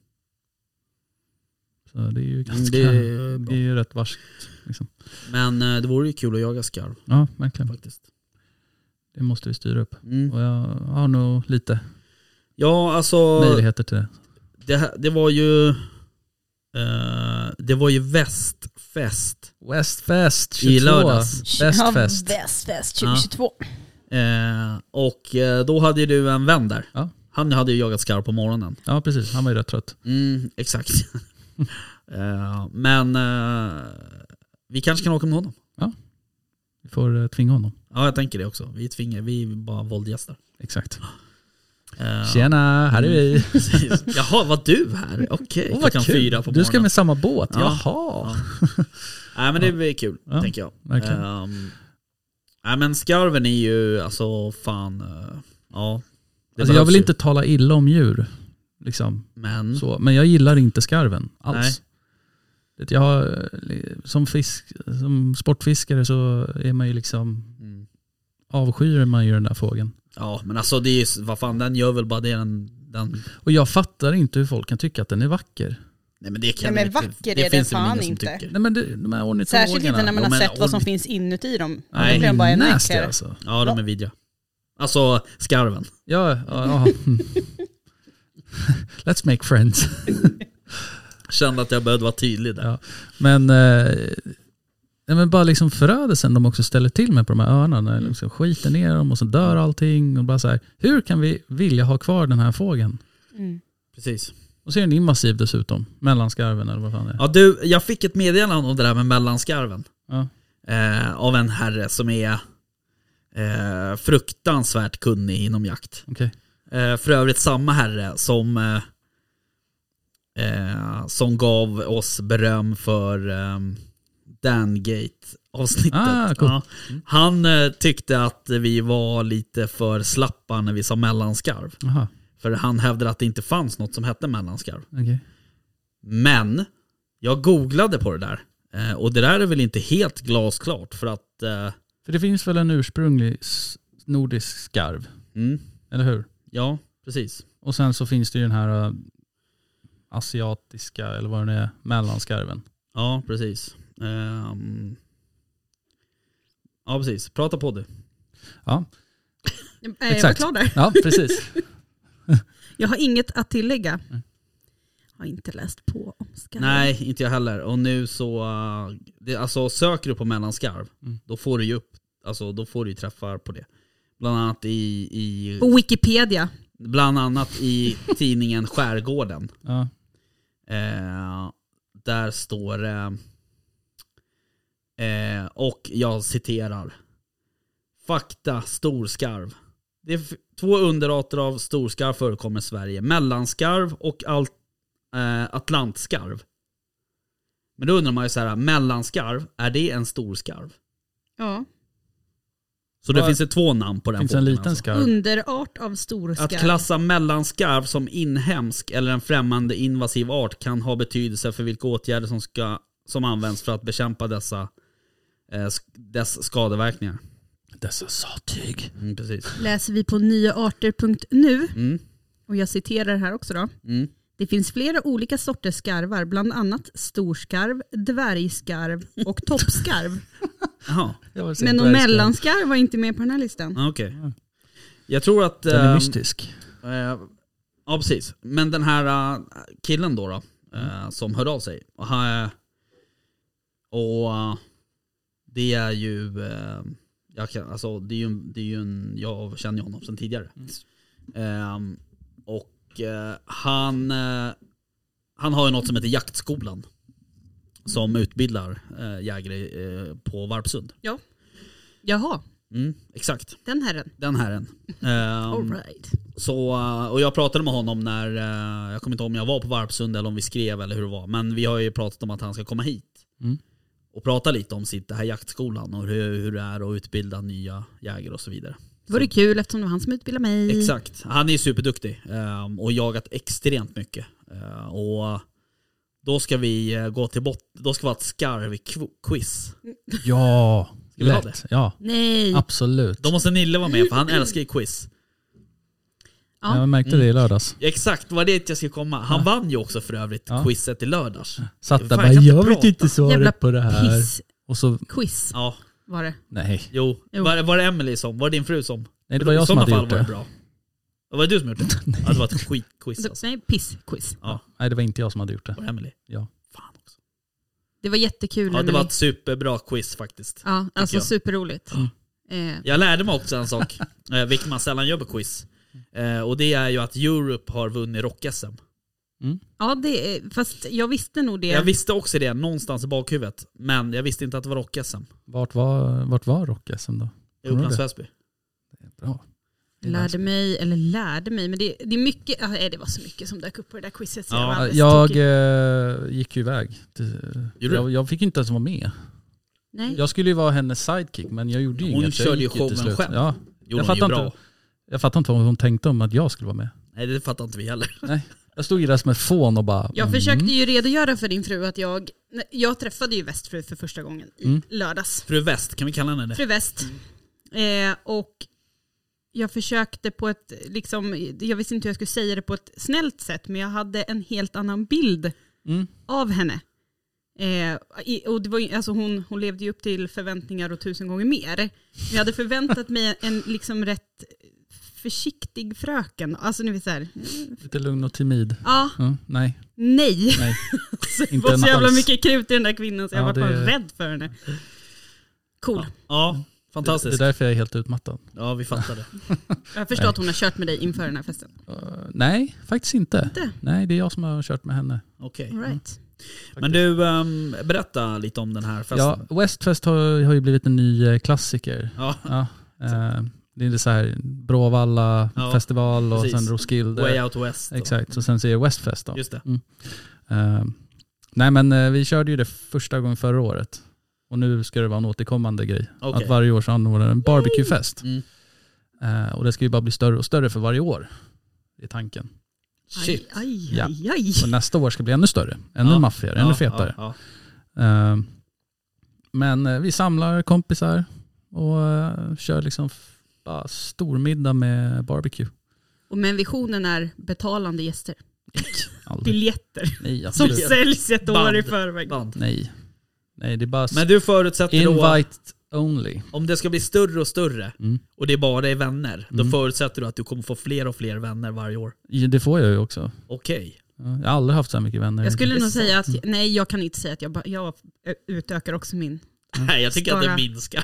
Så det är ju ganska, det är ju rätt varskt. Liksom. Men det vore ju kul att jaga skarv. Ja, verkligen. Faktiskt. Det måste vi styra upp. Och jag har nog lite möjligheter till det. det var ju Westfest i lördags. Westfest 2022. Och då hade ju du en vän där. Ja. Han hade ju jagat skarv på morgonen. Ja, precis. Han var ju rätt trött. Exakt. Men vi kanske kan åka med honom. Ja, vi får tvinga honom. Ja, jag tänker det också. Vi bara våldgästar. Exakt. Tjena, här är vi. Jaha, var du här? Okej. Vad kul. 4 på morgonen. Du ska med samma båt? Ja. Jaha. Ja. Nej, men det blir kul, tänker jag. Nej, men skarven är ju, alltså fan, ja. Alltså, jag vill inte tala illa om djur, liksom. Men jag gillar inte skarven alls. Nej. Jag, som sportfiskare så är man ju liksom avskyr man ju den där fågeln. Ja, men alltså det är, vad fan, den gör väl bara det den... Och jag fattar inte hur folk kan tycka att den är vacker. Nej, men det kan men vacker är det fan inte. Nej, men de här ornitologerna. Särskilt inte när man har sett vad som finns inuti dem. Nej, de blir bara en äckligare. Alltså. Ja, de är vidriga. Alltså skarven. Ja. Let's make friends. Kände att jag behövde vara tydlig där. Ja. Men bara liksom förödelsen de också ställer till med på de här öarna. Liksom skiter ner dem och så dör allting. Och bara så här, hur kan vi vilja ha kvar den här fågeln? Precis. Och så är den invasiv dessutom. Mellanskarven eller vad fan det är. Ja, du, jag fick ett meddelande om det där med mellanskarven. Ja. Av en herre som är fruktansvärt kunnig inom jakt. Okay. För övrigt samma herre som gav oss beröm för Dangate-avsnittet. Cool. Ja. Han tyckte att vi var lite för slappa när vi sa mellanskarv. Aha. För han hävdade att det inte fanns något som hette mellanskarv. Okay. Men jag googlade på det där. Och det där är väl inte helt glasklart. För att... För det finns väl en ursprunglig nordisk skarv? Eller hur? Ja, precis. Och sen så finns det ju den här asiatiska, eller vad det är, mellanskarven. Ja, precis. Ja, precis. Prata på det. Ja. Jag var klar där. Ja, precis. Jag har inget att tillägga. Har inte läst på om skarv. Nej, inte jag heller. Och nu så alltså söker du på mellanskarv, då får du ju upp, alltså då får du ju träffar på det. Bland annat i på Wikipedia. Bland annat i tidningen Skärgården. Ja. Där står och jag citerar: fakta, storskarv. Det är 2 underarter av storskarv förekommer i Sverige. Mellanskarv och atlantskarv. Men då undrar man ju så här, mellanskarv, är det en storskarv? Ja. Så det finns det 2 namn på den. Finns en liten skarv. Underart av storskarv. Att klassa mellanskarv som inhemsk eller en främmande invasiv art kan ha betydelse för vilka åtgärder som används för att bekämpa dess skadeverkningar. Dessa sattyg. Precis. Läser vi på nyaarter.nu och jag citerar här också då. Det finns flera olika sorters skarvar, bland annat storskarv, dvärgskarv och toppskarv. Men någon mellanskarv var inte med på den här listan. Okej. Jag tror att... Den är mystisk. Ja, precis. Men den här killen då som hörde av sig. Och det är ju... jag känner ju honom sedan tidigare. Och han har ju något som heter Jaktskolan, som utbildar jägare på Varpsund. Ja. Jaha. Exakt. Den herren. All right. Så, och jag pratade med honom när jag kommer inte ihåg om jag var på Varpsund eller om vi skrev eller hur det var. Men vi har ju pratat om att han ska komma hit och prata lite om det här jaktskolan och hur det är att utbilda nya jägare och så vidare. Det var det kul eftersom det var han som utbildade mig. Exakt. Han är superduktig och jagat extremt mycket. Och då ska vi gå till botten. Då ska vi ha ett skarv-quiz. Ja, ska vi ha det? Ja. Nej. Absolut. Då måste Nille vara med för han älskar ju quiz. Ja. Jag märkte det i lördags. Exakt, vad det jag skulle komma. Han vann ju också för övrigt quizet i lördags. Satt där bara, jag vet inte svaret på det här. Piss. Och så quiz. Ja. Var det? Nej. Jo. Var det Emily som? Var det din fru som? Nej, det var jag som hade gjort var det. Bra. Var det du som gjort det? Ja, det var ett skitquiz alltså. Nej, pissquiz. Ja. Nej, det var inte jag som hade gjort det. Och Emily. Ja. Fan också. Det var jättekul. Ja, det var ett superbra quiz faktiskt. Ja, alltså jag. Superroligt. Jag lärde mig också en sak, vilket man sällan gör på quiz. Och det är ju att Europe har vunnit rock-SM. Ja, fast jag visste nog det. Jag visste också det någonstans i bakhuvudet. Men jag visste inte att det var rock-SM. Vart var rock-SM då? I Upplands Väsby. Bra. Lärde mig, men det är mycket, det var så mycket som dök upp på det där quizet. Så Ja. Jag gick ju iväg. Jag fick inte ens vara med. Nej. Jag skulle ju vara hennes sidekick, men jag gjorde ju inget. Hon körde ju till showen slut. själv. Ja. Jag fattar inte vad hon tänkte om att jag skulle vara med. Nej, det fattar inte vi heller. Nej. Jag stod ju där som ett fån och bara... Jag försökte ju redogöra för din fru att jag träffade ju Västfru för första gången i lördags. Fru Väst, kan vi kalla henne det? Fru Väst. Och jag försökte på ett, liksom, jag visste inte hur jag skulle säga det på ett snällt sätt, men jag hade en helt annan bild av henne. Och det var, alltså hon levde ju upp till förväntningar och 1000 gånger mer. Men jag hade förväntat mig en liksom rätt försiktig fröken. Alltså ni vet så här. Lite lugn och timid. Ja. Nej. Så det var så jävla mycket krut i den där kvinnan så jag var bara rädd för henne. Cool. Ja, fantastiskt. Det är därför jag är helt utmattad. Ja, vi fattar det. Jag förstår att hon har kört med dig inför den här festen. Nej, faktiskt inte. Nej, det är jag som har kört med henne. Okej. Right. Men du, berätta lite om den här festen. Ja, Westfest har ju blivit en ny klassiker. Ja. Det är så här Bråvalla festival och precis. sen Roskilde. Way Out West. Exakt, så sen ser jag Westfest då. Just det. Nej, men vi körde ju det första gången förra året. Och nu ska det vara en återkommande grej. Okay. Att varje år så anordnar en barbecuefest. Och det ska ju bara bli större och större för varje år. Det är tanken. Shit. Aj. Och nästa år ska bli ännu större. Ännu maffigare, ännu fetare. Men vi samlar kompisar och kör liksom bara stormiddag med barbecue. Och men visionen är betalande gäster. Aldrig. Biljetter. Nej, som absolut. säljs ett år i förväg. Nej, det är bara men du förutsätter invite only. Om det ska bli större och större och det bara är vänner, då förutsätter du att du kommer få fler och fler vänner varje år. Det får jag ju också. Okej. Jag har aldrig haft så här mycket vänner. Jag skulle nog säga att, nej jag kan inte säga att jag utökar också min. Nej, jag tycker att det minskar.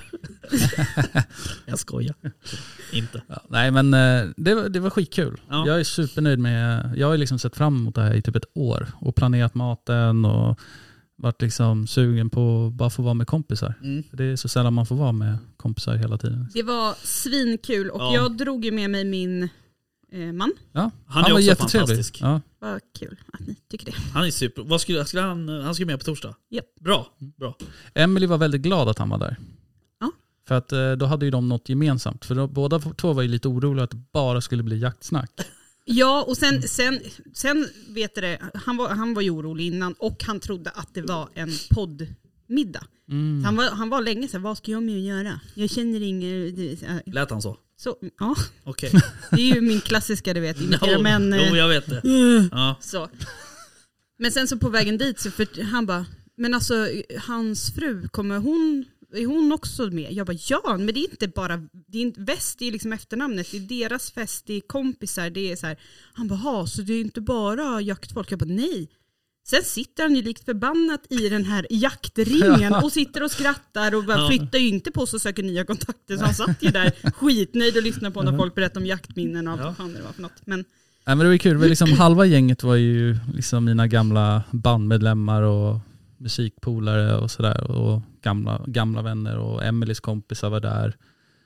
Jag skojar. Inte. Ja, nej, men det var skitkul. Ja. Jag är supernöjd med, jag har liksom sett fram emot det här i typ ett år och planerat maten och varit liksom sugen på att bara få vara med kompisar. För det är så sällan man får vara med kompisar hela tiden. Det var svinkul och jag drog ju med mig min man. Ja, han är var också jättetrevlig. Fantastisk. Ja. Vad kul att ni tycker det. Han är super. Vad skulle han skulle med på torsdag? Yep. Bra. Emily var väldigt glad att han var där. Ja. För att då hade ju de något gemensamt. För båda två var ju lite oroliga att det bara skulle bli jaktsnack. Ja, och sen vet du, han var ju orolig innan och han trodde att det var en poddmiddag. Han var länge sedan, vad ska jag med att göra? Jag känner ingen... Lät han så? Så, ja. Okej. Det är ju min klassiska, du vet. Men, jo, jag vet det. Ja. Så. Men sen så på vägen dit, så för han bara, men alltså hans fru, är hon också med? Jag bara, ja, men det är inte bara, väst är liksom efternamnet, det är deras fest, det är kompisar, det är så här. Han bara, så det är inte bara jaktfolk? Jag bara, nej. Sen sitter han ju likt förbannat i den här jaktringen och sitter och skrattar och bara flyttar ju inte på sig och söker nya kontakter. Så han satt ju där skitnöjd och lyssnade på när folk berättade om jaktminnen och allt vad fan det var för något. Men det var kul. Liksom, halva gänget var ju liksom mina gamla bandmedlemmar och musikpolare och sådär. Och gamla vänner och Emelies kompisar var där.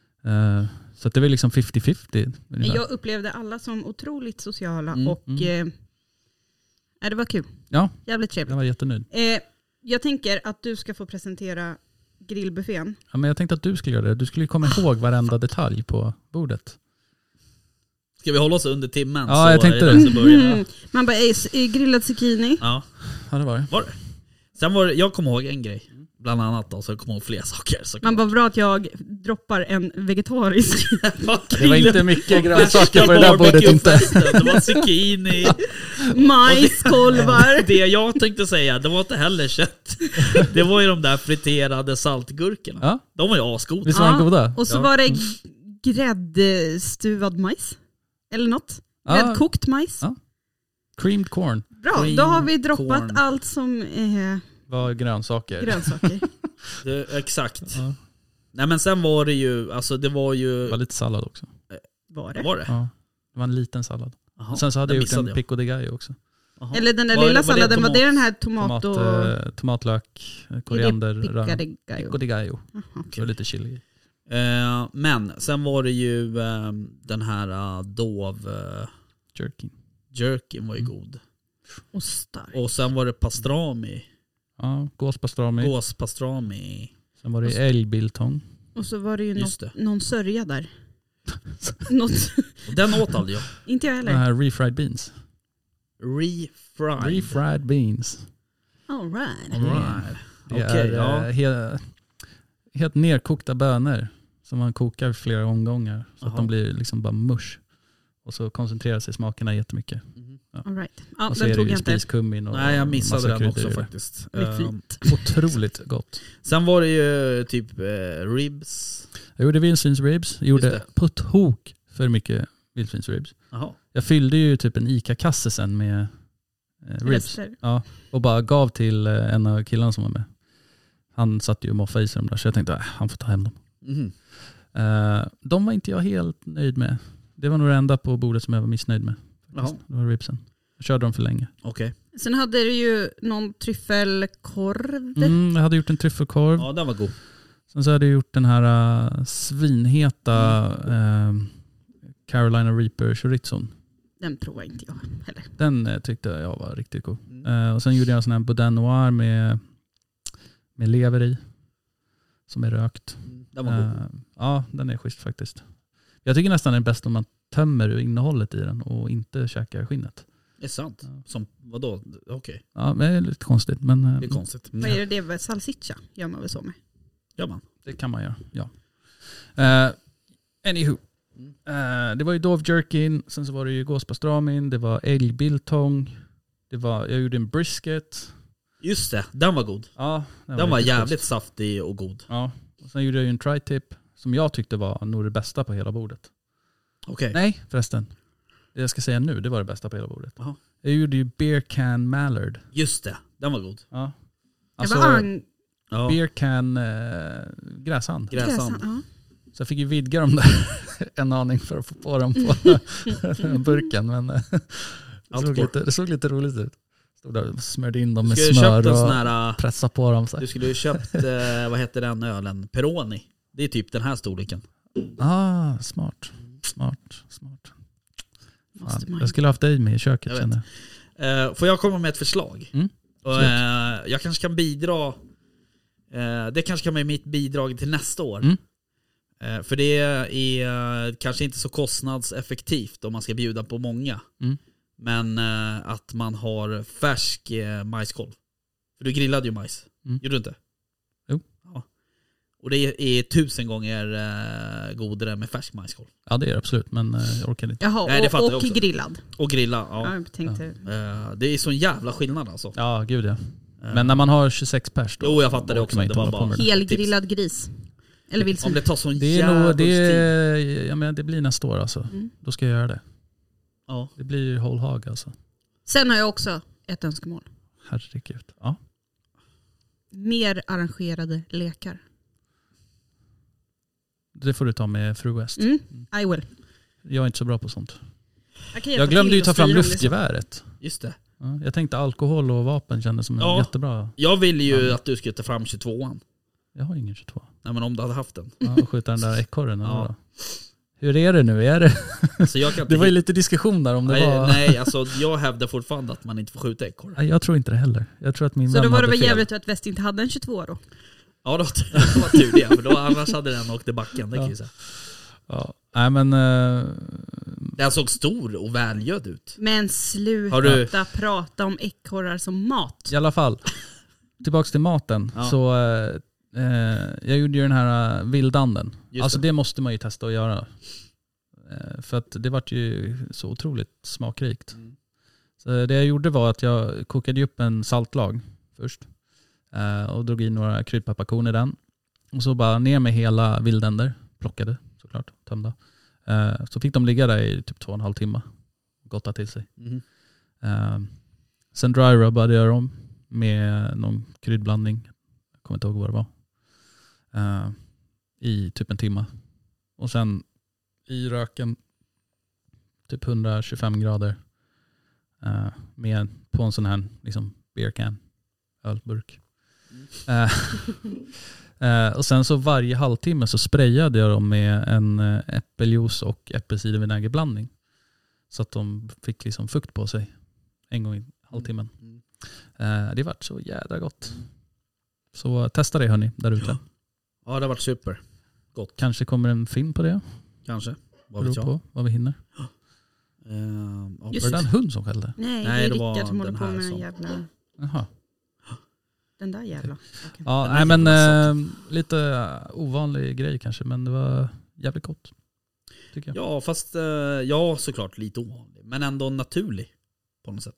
Så att det var liksom 50-50. Jag upplevde alla som otroligt sociala och... det var kul. Ja, jävligt trevligt. Jag var jättenöjd. Jag tänker att du ska få presentera grillbuffén. Ja, men jag tänkte att du skulle göra det. Du skulle komma ihåg varenda detalj på bordet. Ska vi hålla oss under timmen? Ja, så jag tänkte det. Man bara, grillad zucchini. Ja, det var det. Sen jag kommer ihåg en grej. Bland annat då, så jag kommer ihåg fler saker. Man bara, bra att jag droppar en vegetarisk. Det var inte mycket grönsaker på det där bordet inte. Det var zucchini. Majskolvar. Det jag tänkte säga, det var inte heller kött. Det var ju de där friterade saltgurkorna. Ja. De var ju asgoda. Visst var de goda? Och så var det gräddstuvad majs. eller något. Gräddkokt majs. Ja. Creamed corn. Bra, då har vi droppat allt som var grönsaker. Exakt. Ja. Nej, men sen var det ju, alltså det var lite sallad också. Var det? Ja, det var en liten sallad. Aha, sen så hade jag gjort en pico de gallo också. Aha. Eller den där lilla salladen, var det den här tomatlök, koriander, pico de gallo. Okay. Och lite chili. Men sen var det ju den här dov jerkin var ju god. Och stark. Och sen var det pastrami. Ja, gåspastrami. Sen var det älgbiltång. Och så var det ju någon sörja där. Den åt aldrig jag. Inte jag heller. Refried beans. Refried beans. All right. Det är helt nerkokta bönor som man kokar flera omgångar så att de blir liksom bara mush. Och så koncentrerar sig smakerna jättemycket. Ja. All right. Ja, och så är det ju spiskummin och nej, jag missade den också faktiskt. Otroligt gott. Sen var det ju typ ribs. Jag gjorde vildsvinsribs. Jag gjorde på tok för mycket vildsvinsribs. Jag fyllde ju typ en ICA-kasse sen med ribs. Ja, och bara gav till en av killarna som var med. Han satt ju och moffade i sig dem där, så jag tänkte han får ta hem dem. De var inte jag helt nöjd med. Det var nog det enda på bordet som jag var missnöjd med. Det var ribsen. Jag körde dem för länge. Okay. Sen hade du ju någon tryffelkorv. Jag hade gjort en tryffelkorv. Ja, den var god. Sen så hade jag gjort den här svinheta Carolina Reaper chorizon. Den provade inte jag heller. Den tyckte jag var riktigt god. Och sen gjorde jag en sån här boudin noir med lever i. Som är rökt. Den var god. Ja, den är schysst faktiskt. Jag tycker nästan det är bäst om man tömmer innehållet i den och inte käkar skinnet. Det är sant. Ja. Som vadå? Okej. Ja, men det är lite konstigt. Men, det är konstigt. Vad är det? Salsiccia gör man väl så med? Gör man? Det kan man göra, ja. Anywho. Det var ju dov jerkin, sen så var det ju gåspastramin, det var älgbiltång, jag gjorde en brisket. Just det, den var god. Ja, den var jävligt saftig och god. Ja, och sen gjorde jag ju en tri-tip som jag tyckte var nog det bästa på hela bordet. Okej. Nej, förresten. Det jag ska säga nu, det var det bästa på hela bordet. Jag gjorde ju beer can mallard. Just det, den var god. Ja. Alltså, beer can gräsand. Ja. Så jag fick ju vidga dem där en aning för att få på dem på burken. Men det såg lite roligt ut. Stod där och smörde in dem med smör och pressade på dem. Så. Du skulle ju köpt, vad heter den ölen? Peroni. Det är typ den här storleken. Smart. Jag skulle haft dig med i köket. Får jag komma med ett förslag? Och, jag kanske kan bidra. Det kanske kan vara mitt bidrag till nästa år. För det är kanske inte så kostnadseffektivt om man ska bjuda på många. Men att man har färsk majskolv. För du grillade ju majs. Gjorde du inte? Jo. Ja. Och det är 1000 gånger godare med färsk majskolv. Ja, det är det absolut, men jag orkar inte. Jaha, nej, det fattar jag och också. grillad. Och grillad, ja. Jag tänkte. Det är sån jävla skillnad alltså. Ja, gud ja. Men när man har 26 pers då. Jo, jag fattar det också. Det var bara helgrillad gris. Eller vildsvin. Om det tar sån jävla tid. Jag menar, det blir nästa år alltså. Då ska jag göra det. Ja. Det blir ju whole hog alltså. Sen har jag också ett önskemål. Herregud. Ja. Mer arrangerade lekar. Det får du ta med fru West. I will. Jag är inte så bra på sånt. Jag glömde ju ta fram luftgeväret. Just det. Ja, jag tänkte alkohol och vapen kändes som en jättebra. Jag ville ju att du skulle ta fram 22an. Jag har ingen 22. Nej, men om du hade haft den. Ja, och skjuta den där ekorren. Ja. Hur är det nu? Är det? Alltså jag kan det var ju lite diskussion där om det var... Nej, alltså jag hävdar fortfarande att man inte får skjuta ekorre. Nej, jag tror inte det heller. Jag tror att min så då var det väl jävligt att Väst inte hade en 22 då? Ja, det var tur det. För då annars hade den åkt i backen, det kan jag säga. Ja, nej men... Den såg stor och välgödd ut. Men sluta prata om ekorrar som mat. I alla fall, tillbaks till maten. Ja. Så jag gjorde ju den här vildanden. Alltså det måste man ju testa att göra. För att det var ju så otroligt smakrikt. Så det jag gjorde var att jag kokade upp en saltlag först. Och drog in några kryddpepparkorn i den. Och så bara ner med hela vildänder. Plockade såklart, tömda. Så fick de ligga där i typ 2,5 timmar. Gotta till sig. Sen dry rubbade jag dem med någon kryddblandning. Jag kommer inte ihåg vad det var. I typ 1 timme. Och sen i röken typ 125 grader med på en sån här liksom beer can, ölburk. Och sen så varje halvtimme så sprayade jag dem med en äppeljuice och äppelcidervinägerblandning. Så att de fick liksom fukt på sig en gång i halvtimmen. Det vart så jädra gott. Så testa det hörni, där ute. Ja, det har varit super. Gott. Kanske kommer en film på det. Kanske. Vad vet jag. På vad vi hinner. Var det en hund som skällde? Nej, det är Rickard som håller på med den jävla... Jaha. Den där jävla. Okay. Ja, nej men lite ovanlig grej kanske, men det var jävligt gott. Tycker jag. Ja, fast ja, såklart lite ovanlig. Men ändå naturlig på något sätt.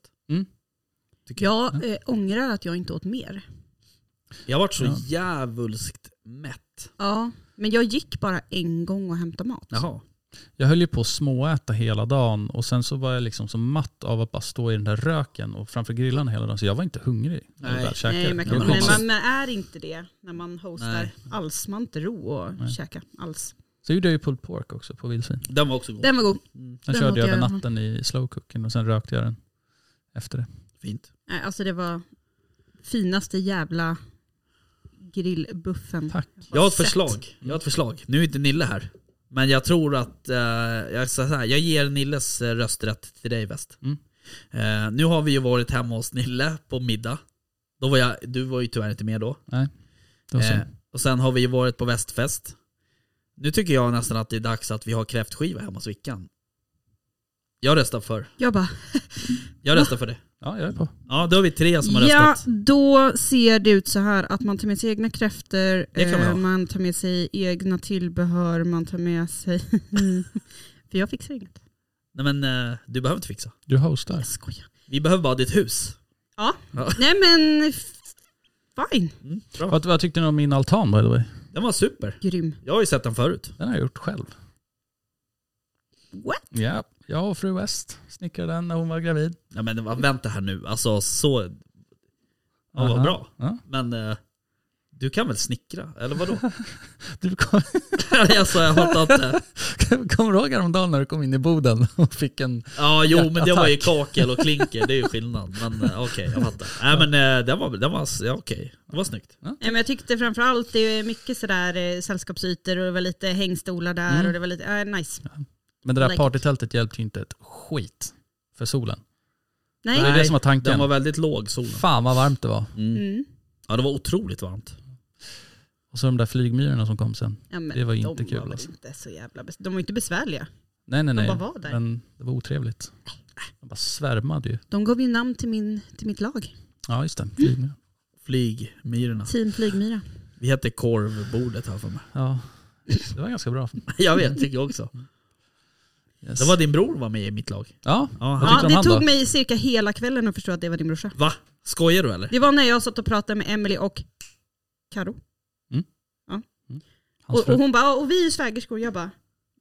Jag ångrar att jag inte åt mer. Jag har varit så jävulskt mätt. Ja, men jag gick bara en gång och hämtade mat. Jaha. Jag höll ju på att småäta hela dagen och sen så var jag liksom så matt av att bara stå i den där röken och framför grillarna hela dagen, så jag var inte hungrig. Nej, man är inte det när man hostar. Nej. Alls, man inte ro och käka alls. Så gjorde jag ju pulled pork också på vildsvin. Den var också god. Den var god. Den körde jag över natten i slow cooking och sen rökte jag den efter det. Fint. Nej, alltså det var finaste jävla grillbuffen. Tack. Jag har ett förslag. Nu är inte Nille här. Men jag tror att jag ger Nilles rösträtt till dig, Väst. Nu har vi ju varit hemma hos Nille på middag. Du var ju tyvärr inte med då. Nej, det var så. Och sen har vi ju varit på västfest. Nu tycker jag nästan att det är dags att vi har kräftskiva hemma hos Vickan. Jag röstar för. Jag röstar för det. Ja, jag är på. Ja, då har vi 3 som har röstat. Ja, då ser det ut så här att man tar med sig egna kräftor, man tar med sig egna tillbehör, man tar med sig... För jag fixar inget. Nej, men du behöver inte fixa. Du hostar. Jag skojar. Vi behöver bara ditt hus. Ja. Nej men... Fine. Vad tyckte ni om min altan, by the way? Den var super. Grym. Jag har ju sett den förut. Den har jag gjort själv. What? Ja, jag och fru West snickrade den när hon var gravid. Ja, men vänta här nu. Alltså så... Ja, vad bra. Ja. Men du kan väl snickra? Eller vadå? Alltså, jag fattar inte. Kommer du ihåg häromdagen när du kom in i boden och fick en... Ja, jo, men det var ju kakel och klinker. Det är ju skillnad. Men okej, jag fattar. Nej, men det var okej. Det var snyggt. Ja. Men jag tyckte framförallt det är mycket sådär sällskapsytor och det var lite hängstolar där och det var lite nice. Ja. Men det där partytältet hjälpte ju inte ett skit för solen. Nej. Det är det som var tanken. Den var väldigt låg, solen. Fan vad varmt det var. Ja, det var otroligt varmt. Och så de där flygmyrorna som kom sen. Ja, det var inte kul. Var alltså. Inte så jävla de var inte besvärliga. Nej. De bara var där. Men det var otrevligt. De bara svärmade ju. De gav ju namn till mitt lag. Ja, just det. Flygmyrorna. Team Flygmyra. Vi hette korvbordet här för mig. Ja, det var ganska bra. Jag vet, tycker jag också. Yes. Det var din bror var med i mitt lag. Ja, det tog mig cirka hela kvällen att förstå att det var din brorsa. Va? Skojar du eller? Det var när jag satt och pratade med Emily och Karo. Ja. Och hon bara, och vi är ju svägerskor. Jag bara,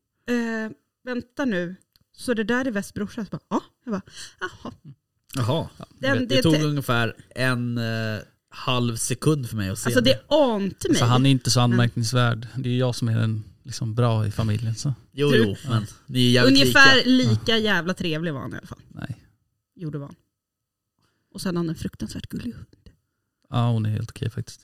vänta nu. Så det där är Västs brorsa? Jag bara, jaha. Det tog ungefär en halv sekund för mig att se. Alltså det ante mig. Så han är inte så anmärkningsvärd. Det är jag som är den liksom bra i familjen. Så. Jo, men ni är jävligt ungefär lika jävla trevlig var han i alla fall. Nej. Jo, det var han. Och sen han en fruktansvärt gullig hund. Ja, hon är helt okej faktiskt.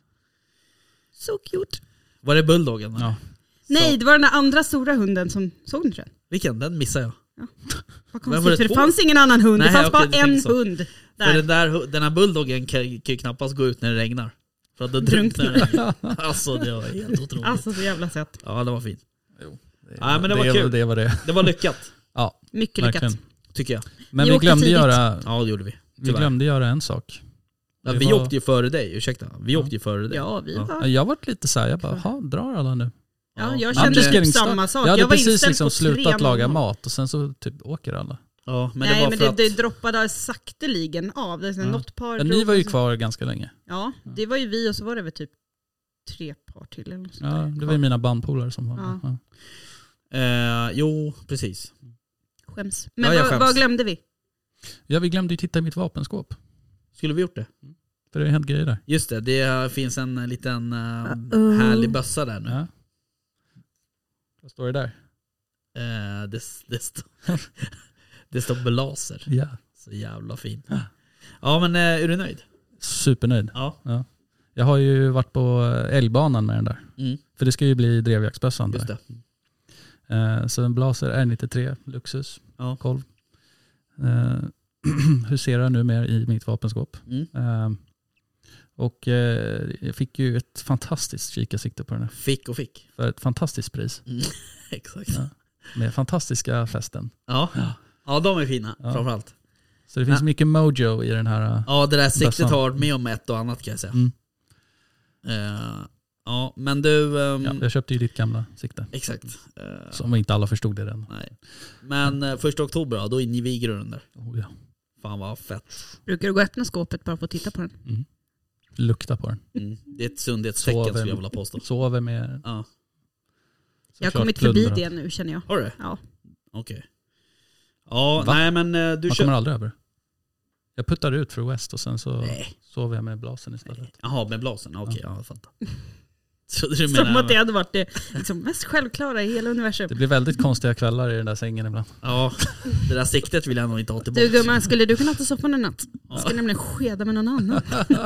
Så cute. Var det bulldoggen? Ja. Nej, det var den där andra stora hunden som såg den. Vilken? Den missade jag. Ja. Vad konstigt, för det fanns ingen annan hund. Det fanns bara en hund där. För den här bulldoggen kan ju knappast gå ut när det regnar. För att det drunknar. Alltså det var helt otroligt. Alltså så jävla sett. Ja, det var fint. Jo, men det var kul. Det var det. Det var lyckat. Ja, mycket verkligen. lyckat. Tycker jag. Men vi glömde göra... Ja, det gjorde vi. Vi glömde göra en sak. Ja, vi åkte ju före dig, ursäkta. Vi åkte ju före dig. Ja, vi var... Jag var lite så här, jag bara, drar alla nu? Ja, jag kände typ samma sak. Jag hade var precis liksom slutat laga månader. mat och sen så typ åker alla. Ja, men nej, det var men för det droppade sakteligen av. Det är något par. Ni var ju kvar ganska länge. Ja, det var ju vi och så var det väl typ 3 par till. Eller ja, det var ju mina bandpolare som var Jo, precis. Skäms. Men Ja, skäms. vad glömde vi? Ja, vi glömde ju titta i mitt vapenskåp. Skulle vi gjort det? För det har hänt grejer där. Just det, det finns en liten härlig bössa där nu. Ja. Vad står det där? Det står blaser. Ja. Så jävla fint. Ja, men är du nöjd? Supernöjd. Ja. Jag har ju varit på älgbanan med den där. För det ska ju bli drevjaktsbössan Just där. det. Så en Blaser R93 Luxus. Ja. Kolv. Huserar nu mer i mitt vapenskåp. Och jag fick ju ett fantastiskt kikarsikte på den här. Fick. För ett fantastiskt pris. Exakt. Ja. Med fantastiska fästen. Ja, de är fina framförallt. Så det finns mycket mojo i den här. Ja, det där siktet bössan. har med om ett och annat kan jag säga. Ja, men du... Jag köpte ju ditt gamla sikte. Exakt. Som inte alla förstod det än. Nej. Men 1 oktober då inviger du den där. Oh, ja. Fan vad fett. Brukar du gå och öppna skåpet bara för att titta på den? Lukta på den. Det är ett sundhetstecken skulle jag vilja påstå. Sover med. Ja. Jag har kommit förbi det nu känner jag. Har du det? Ja. Okej. Ja, Va? nej men du Man kommer aldrig över. Jag puttar ut för West och sen så sover jag med blasen istället. Jaha, med blasen. Okej, jag fattar. Som att det hade varit det liksom mest självklara i hela universum. Det blir väldigt konstiga kvällar i den där sängen ibland. Ja, det där siktet vill jag nog inte ha tillbaka. Du gumman, skulle du kunna ta soffan en natt? Jag ska nämligen skeda med någon annan.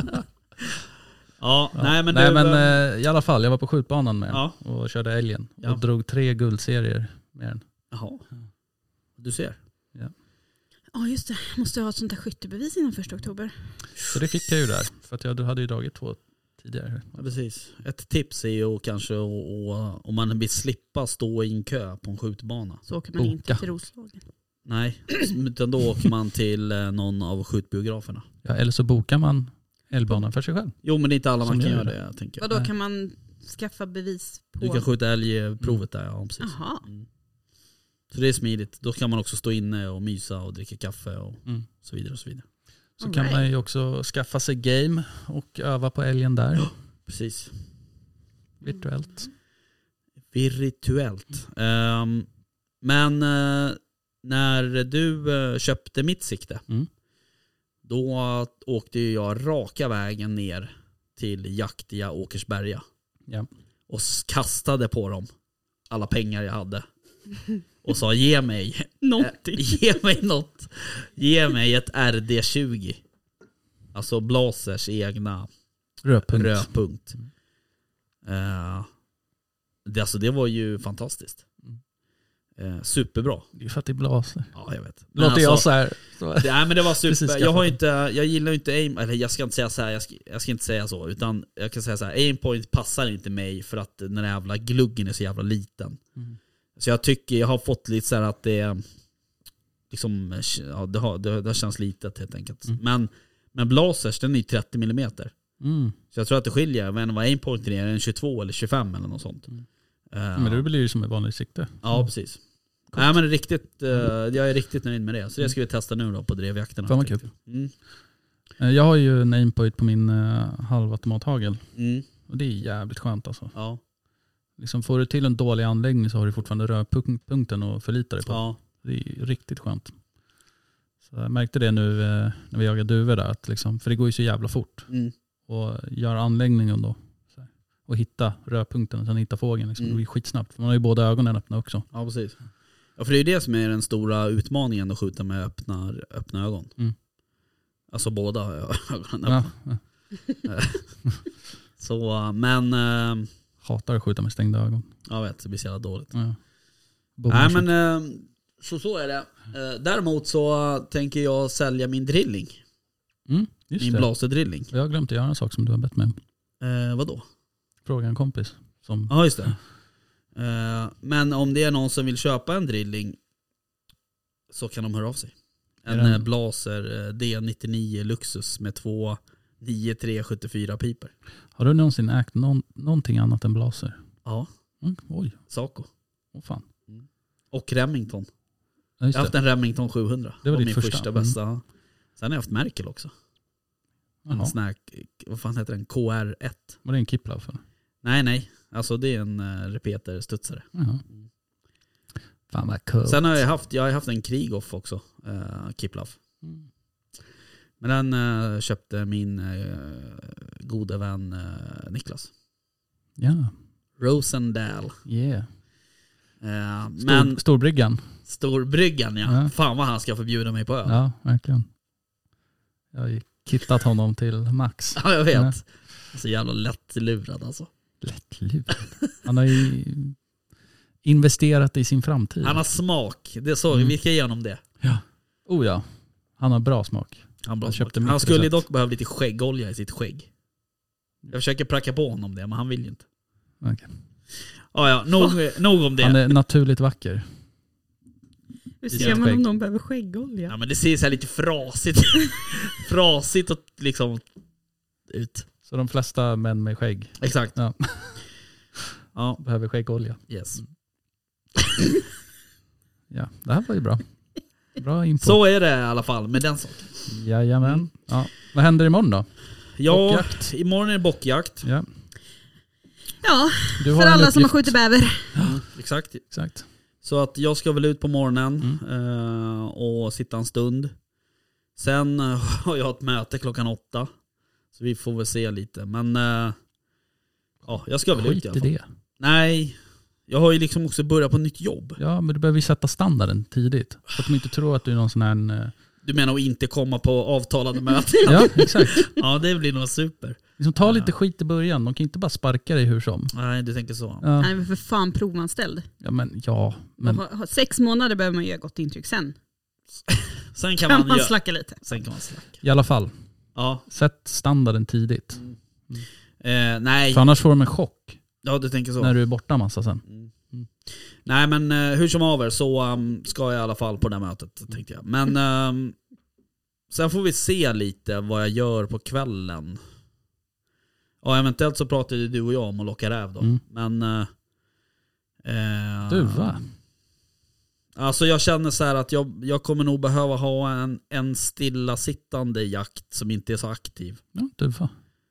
Nej men i alla fall, jag var på skjutbanan med den och körde älgen. Och drog 3 guldserier med den. Jaha, du ser. Ja just det, måste jag ha ett sånt där skyttebevis innan 1 oktober. Så det fick jag ju där, för att jag hade ju dragit 2 tidigare. Ja, precis. Ett tips är ju kanske om man vill slippa stå i en kö på en skjutbana. Så åker man inte till Roslagen. Nej, utan då åker man till någon av skjutbiograferna. Ja, eller så bokar man älgbanan för sig själv. Jo, men det är inte alla man kan göra det, jag tänker. Vadå, kan man skaffa bevis på? Du kan skjuta älgprovet där, ja precis. Jaha. Så det är smidigt. Då kan man också stå inne och mysa och dricka kaffe och så vidare och så vidare. Så kan man ju också skaffa sig game och öva på älgen där. Ja, precis. Virtuellt. Men när du köpte mitt sikte, då åkte jag raka vägen ner till jaktiga Åkersberga. Ja. Och kastade på dem alla pengar jag hade. Och sa ge mig någonting. Ge mig ett RD20. Alltså Blasers egna rödpunkt. Det var ju fantastiskt. Superbra. Det är för att det är Blaser. Ja, jag vet. Låter jag så här. Nej, men det var super. Jag gillar inte aim, eller jag ska inte säga så här, jag ska inte säga så, utan jag kan säga så här, aimpoint passar inte mig för att den jävla gluggen är så jävla liten. Så jag har fått lite så här att det liksom, ja, det känns litet helt enkelt. Men Blasers, den är ju 30 mm. Så jag tror att det skiljer, men vad aimpointen är en 22 eller 25 eller något sånt. Men det blir ju som ett vanligt sikte. Ja, precis. Nej, men jag är riktigt nöjd med det. Så det ska vi testa nu då på drevjakterna. Fan vad kul. Jag har ju en aimpoint på min halvautomathagel. Och det är jävligt skönt alltså. Ja. Liksom får du till en dålig anläggning så har du fortfarande rörpunkten att förlita dig på. Ja. Det är riktigt skönt. Så jag märkte det nu när vi jagade duvor där. Att liksom, för det går ju så jävla fort. Och göra anläggningen då. Och hitta rörpunkten och sen hitta fågeln. Liksom. Det blir skitsnabbt. För man har ju båda ögonen öppna också. Ja, precis. Ja, för det är ju det som är den stora utmaningen att skjuta med öppna ögon. Alltså båda ögonen öppna. Ja. Så, men... Hatar att skjuta med stängda ögon. Jag vet, det blir så jävla dåligt. Ja. Nej, men så är det. Däremot så tänker jag sälja min drilling. Min blaserdrilling. Jag har glömt att göra en sak som du har bett mig om. Vadå? Fråga en kompis. Ja, just det. Men om det är någon som vill köpa en drilling så kan de höra av sig. En Blaser D99 Luxus med 2 9374 piper. Har du någonsin ägt någonting annat än Blaser? Ja. Oj. Saco. Fan. Och Remington. Ja, jag har haft en Remington 700. Det var min ditt första bästa. Sen har jag haft Merkel också. En sån här, vad fan heter den? KR1. Var det en Kiplav? Nej. Alltså det är en repeter-studsare. Fan vad coolt. Sen har jag har haft en Krieghoff också, Kiplav. Men den köpte min gode vän Niklas. Ja. Rosendale. Yeah. Men Storbryggan. Storbryggan, ja. Fan vad han ska förbjuda mig på öl. Ja, verkligen. Jag har ju kittat honom till max. Ja, jag vet. Så jävla lättlurad alltså. Lättlurad. Han har ju investerat i sin framtid. Han har smak. Det så vi ska ge honom det. Ja. Oh ja. Han har bra smak. Han skulle dock behöva lite skäggolja i sitt skägg. Jag försöker pracka på honom det, men han vill ju inte. Okay. Ja, nog om det. Han är naturligt vacker. Hur ser man om någon behöver skäggolja? Ja, men det ser så här lite frasigt och liksom ut. Så de flesta män med skägg. Exakt. Ja. Behöver skäggolja. Yes. Ja, det här var ju bra. Bra info. Så är det i alla fall med den saken. Jajamän. Ja. Vad händer imorgon då? Ja, bockjakt. Imorgon är det bockjakt. Ja. Ja, för alla som har skjutit bäver. Exakt. Exakt. Så att jag ska väl ut på morgonen och sitta en stund. Sen har jag ett möte 8:00. Så vi får väl se lite. Men jag ska väl ut i alla fall. Det. Nej, jag har ju liksom också börjat på ett nytt jobb. Ja, men du behöver ju sätta standarden tidigt. Så att de inte tror att du är någon sån här... Du menar att inte komma på avtalade möten? Ja, exakt. Ja, det blir nog super. Liksom, ta lite skit i början. De kan inte bara sparka dig hur som. Nej, du tänker så. Ja. Nej, men för fan provanställd. Ja, men... 6 månader behöver man göra gott intryck sen. Sen kan man slacka lite. Sen kan man slacka. I alla fall. Ja. Sätt standarden tidigt. Nej. För annars får de en chock. Ja, du tänker så. När du är borta massa sen. Nej, men hur som haver så ska jag i alla fall på det här mötet, tänkte jag. Men sen får vi se lite vad jag gör på kvällen. Och eventuellt så pratar du och jag om att locka räv då. Men du va? Alltså jag känner så här att jag kommer nog behöva ha en stillasittande jakt som inte är så aktiv. Ja, du va?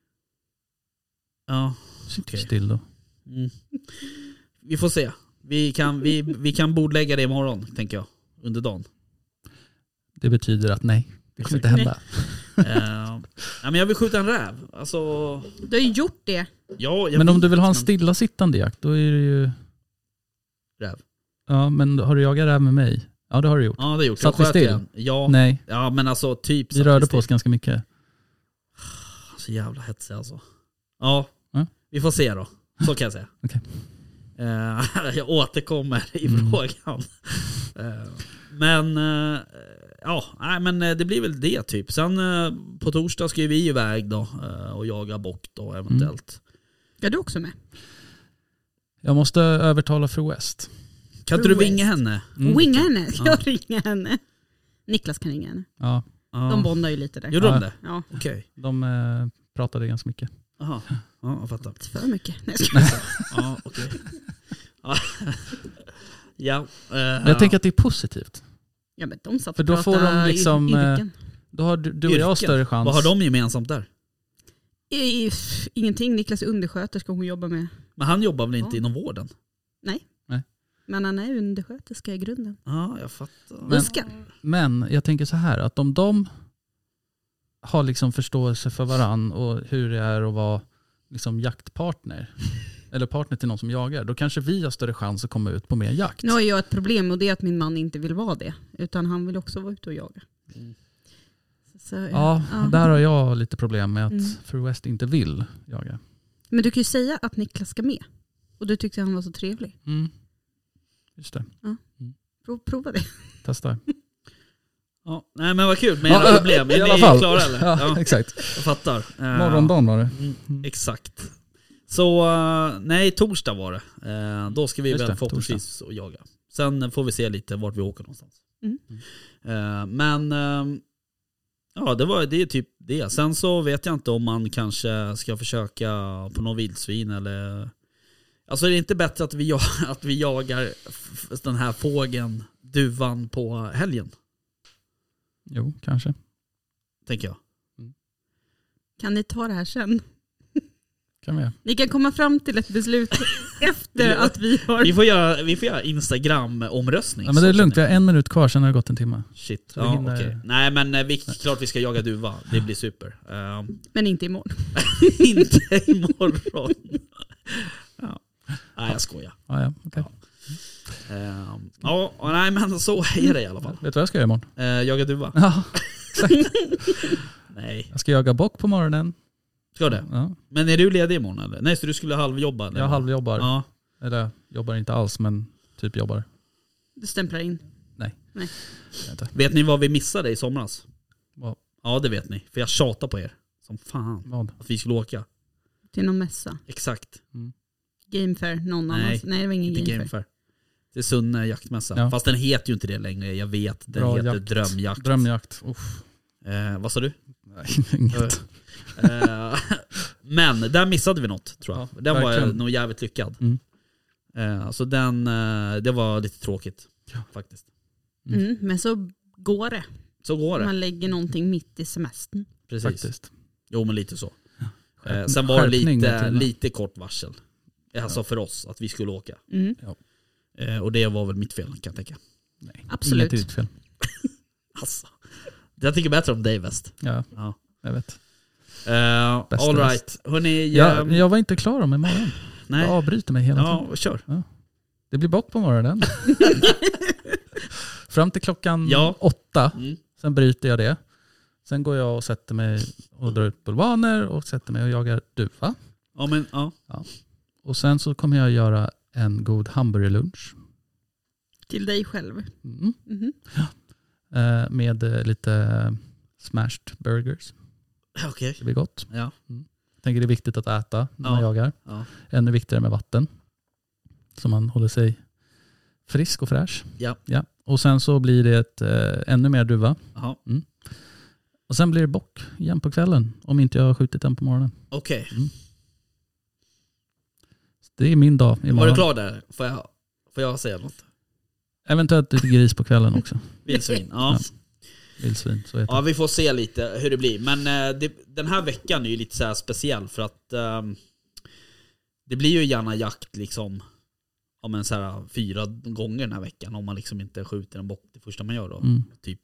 Ja, sitter still då. Vi får se. Vi kan bordlägga det imorgon, tänker jag, under dagen. Det betyder att nej, det kommer inte hända. Men jag vill skjuta en räv. Alltså... Du har ju gjort det. Ja, men om du vill ha en stillasittande jakt, då är det ju... Räv. Ja, men har du jagat räv med mig? Ja, det har du gjort. Ja, det har jag gjort. Satt vi still? Ja. Nej. Ja, men alltså typ... Vi rörde på oss ganska mycket. Så jävla hetsig alltså. Ja, vi får se då. Så kan jag säga. Okej. Jag återkommer i frågan. Men men det blir väl det typ. Sen på torsdag ska vi iväg då och jaga bock då eventuellt. Ja, du också med. Jag måste övertala Fru West. Kan inte du ringa henne? Ringa henne? Jag ringer henne. Niklas kan ringa henne. Ja. De bondar ju lite där. Gjorde de det? Ja. Okej. De pratade ganska mycket. Jaha. Ja, jag fattar. För mycket. Ja, okej. Ja. Men jag tänker att det är positivt. Ja, men de satt för då får de liksom... Då har du och jag större chans. Vad har de gemensamt där? Ingenting. Niklas är undersköterska, hon jobbar med. Men han jobbar väl inte inom vården? Nej. Men han är undersköterska i grunden. Ja, jag fattar. Men jag tänker så här, att om de har liksom förståelse för varann och hur det är att vara liksom jaktpartner eller partner till någon som jagar, då kanske vi har större chans att komma ut på mer jakt. Nu har jag ett problem, och det är att min man inte vill vara det, utan han vill också vara ute och jaga. Så, där har jag lite problem med att Fru West inte vill jaga. Men du kan ju säga att Niklas ska med, och du tyckte han var så trevlig. Just det. Ja. Prova det. Testa. Ja, nej men vad kul med era problem. Är ni klara eller? Ja, exakt. Jag fattar. Morgondagen var det. Exakt. Så nej, torsdag var det. Då ska vi väl förhoppningsvis och jaga. Sen får vi se lite vart vi åker någonstans. Men det är typ det. Sen så vet jag inte om man kanske ska försöka på någon vildsvin eller... Alltså är det inte bättre att vi jagar den här fågeln, duvan, på helgen? Jo, kanske. Tänker jag. Kan ni ta det här sen? Kan vi. Ni kan komma fram till ett beslut efter att vi har... Vi får göra Instagram-omröstning. Ja, men det är lugnt, vi har 1 minut kvar, sen har det gått en timme. Shit, ja, okej. Nej, men klart vi ska jaga duva. Det blir super. Men inte imorgon. Inte imorgon. Ja. Nej, jag skojar. Ja, okej. Nej, men så är det i alla fall. Vet du vad jag ska göra imorgon? Jaga duva. Ja, exakt. Nej. Jag ska jaga bock på morgonen. Ska det? Ja. Men är du ledig imorgon eller? Nej, så du skulle halvjobba? Eller? Jag halvjobbar. Ja. Eller jobbar inte alls, men typ jobbar. Du stämplar in? Nej. Vet ni vad vi missade i somras? Vad? Ja, det vet ni. För jag tjatar på er. Som fan. Vad? Att vi skulle åka. Till någon mässa? Exakt. Game Fair? Någon annans? Nej, det var ingen Game Fair. Det är Sunne jaktmässa. Ja. Fast den heter ju inte det längre. Jag vet. Den Bra heter jakt. Drömjakt. Drömjakt. Vad sa du? Nej, inget. Men där missade vi något, tror jag. Ja, Den var verkligen. nog jävligt lyckad. Så det var lite tråkigt faktiskt. Men så går det. Så går det. Man lägger någonting mitt i semestern. Precis. Faktiskt. Jo, men lite så. Sen var det Skärpning, lite kort varsel. Alltså för oss, att vi skulle åka. Ja. Och det var väl mitt fel, kan jag tänka. Nej, Absolut. inget ditt fel. Alltså. Jag tycker bättre om dig, West. Ja, Ja. jag vet. All right. Hörrni, Jag var inte klar om imorgon. nej. Jag avbryter mig hela tiden. Ja, kör. Det blir bock på morgonen. Fram till klockan 8. Sen bryter jag det. Sen går jag och sätter mig och drar ut bulvaner och sätter mig och jagar duva. Ja, men ja. Och sen så kommer jag göra en god hamburgerlunch. Till dig själv. Med lite smashed burgers. Okej. Det blir gott. Ja. Jag tänker det är viktigt att äta när man jagar. Ja. Ännu viktigare med vatten. Så man håller sig frisk och fräsch. Ja. Och sen så blir det ännu mer duva. Aha. Och sen blir det bock igen på kvällen. Om inte jag har skjutit den på morgonen. Okej. Det är min dag imorgon. Var du klar där? Får jag säga något? Eventuellt lite gris på kvällen också. Vildsvin, ja. Vildsvin, så heter Ja, vi får se lite hur det blir. Men den här veckan är ju lite så här speciell för att det blir ju gärna jakt liksom så här 4 gånger den här veckan om man liksom inte skjuter en bock det första man gör då. Typ.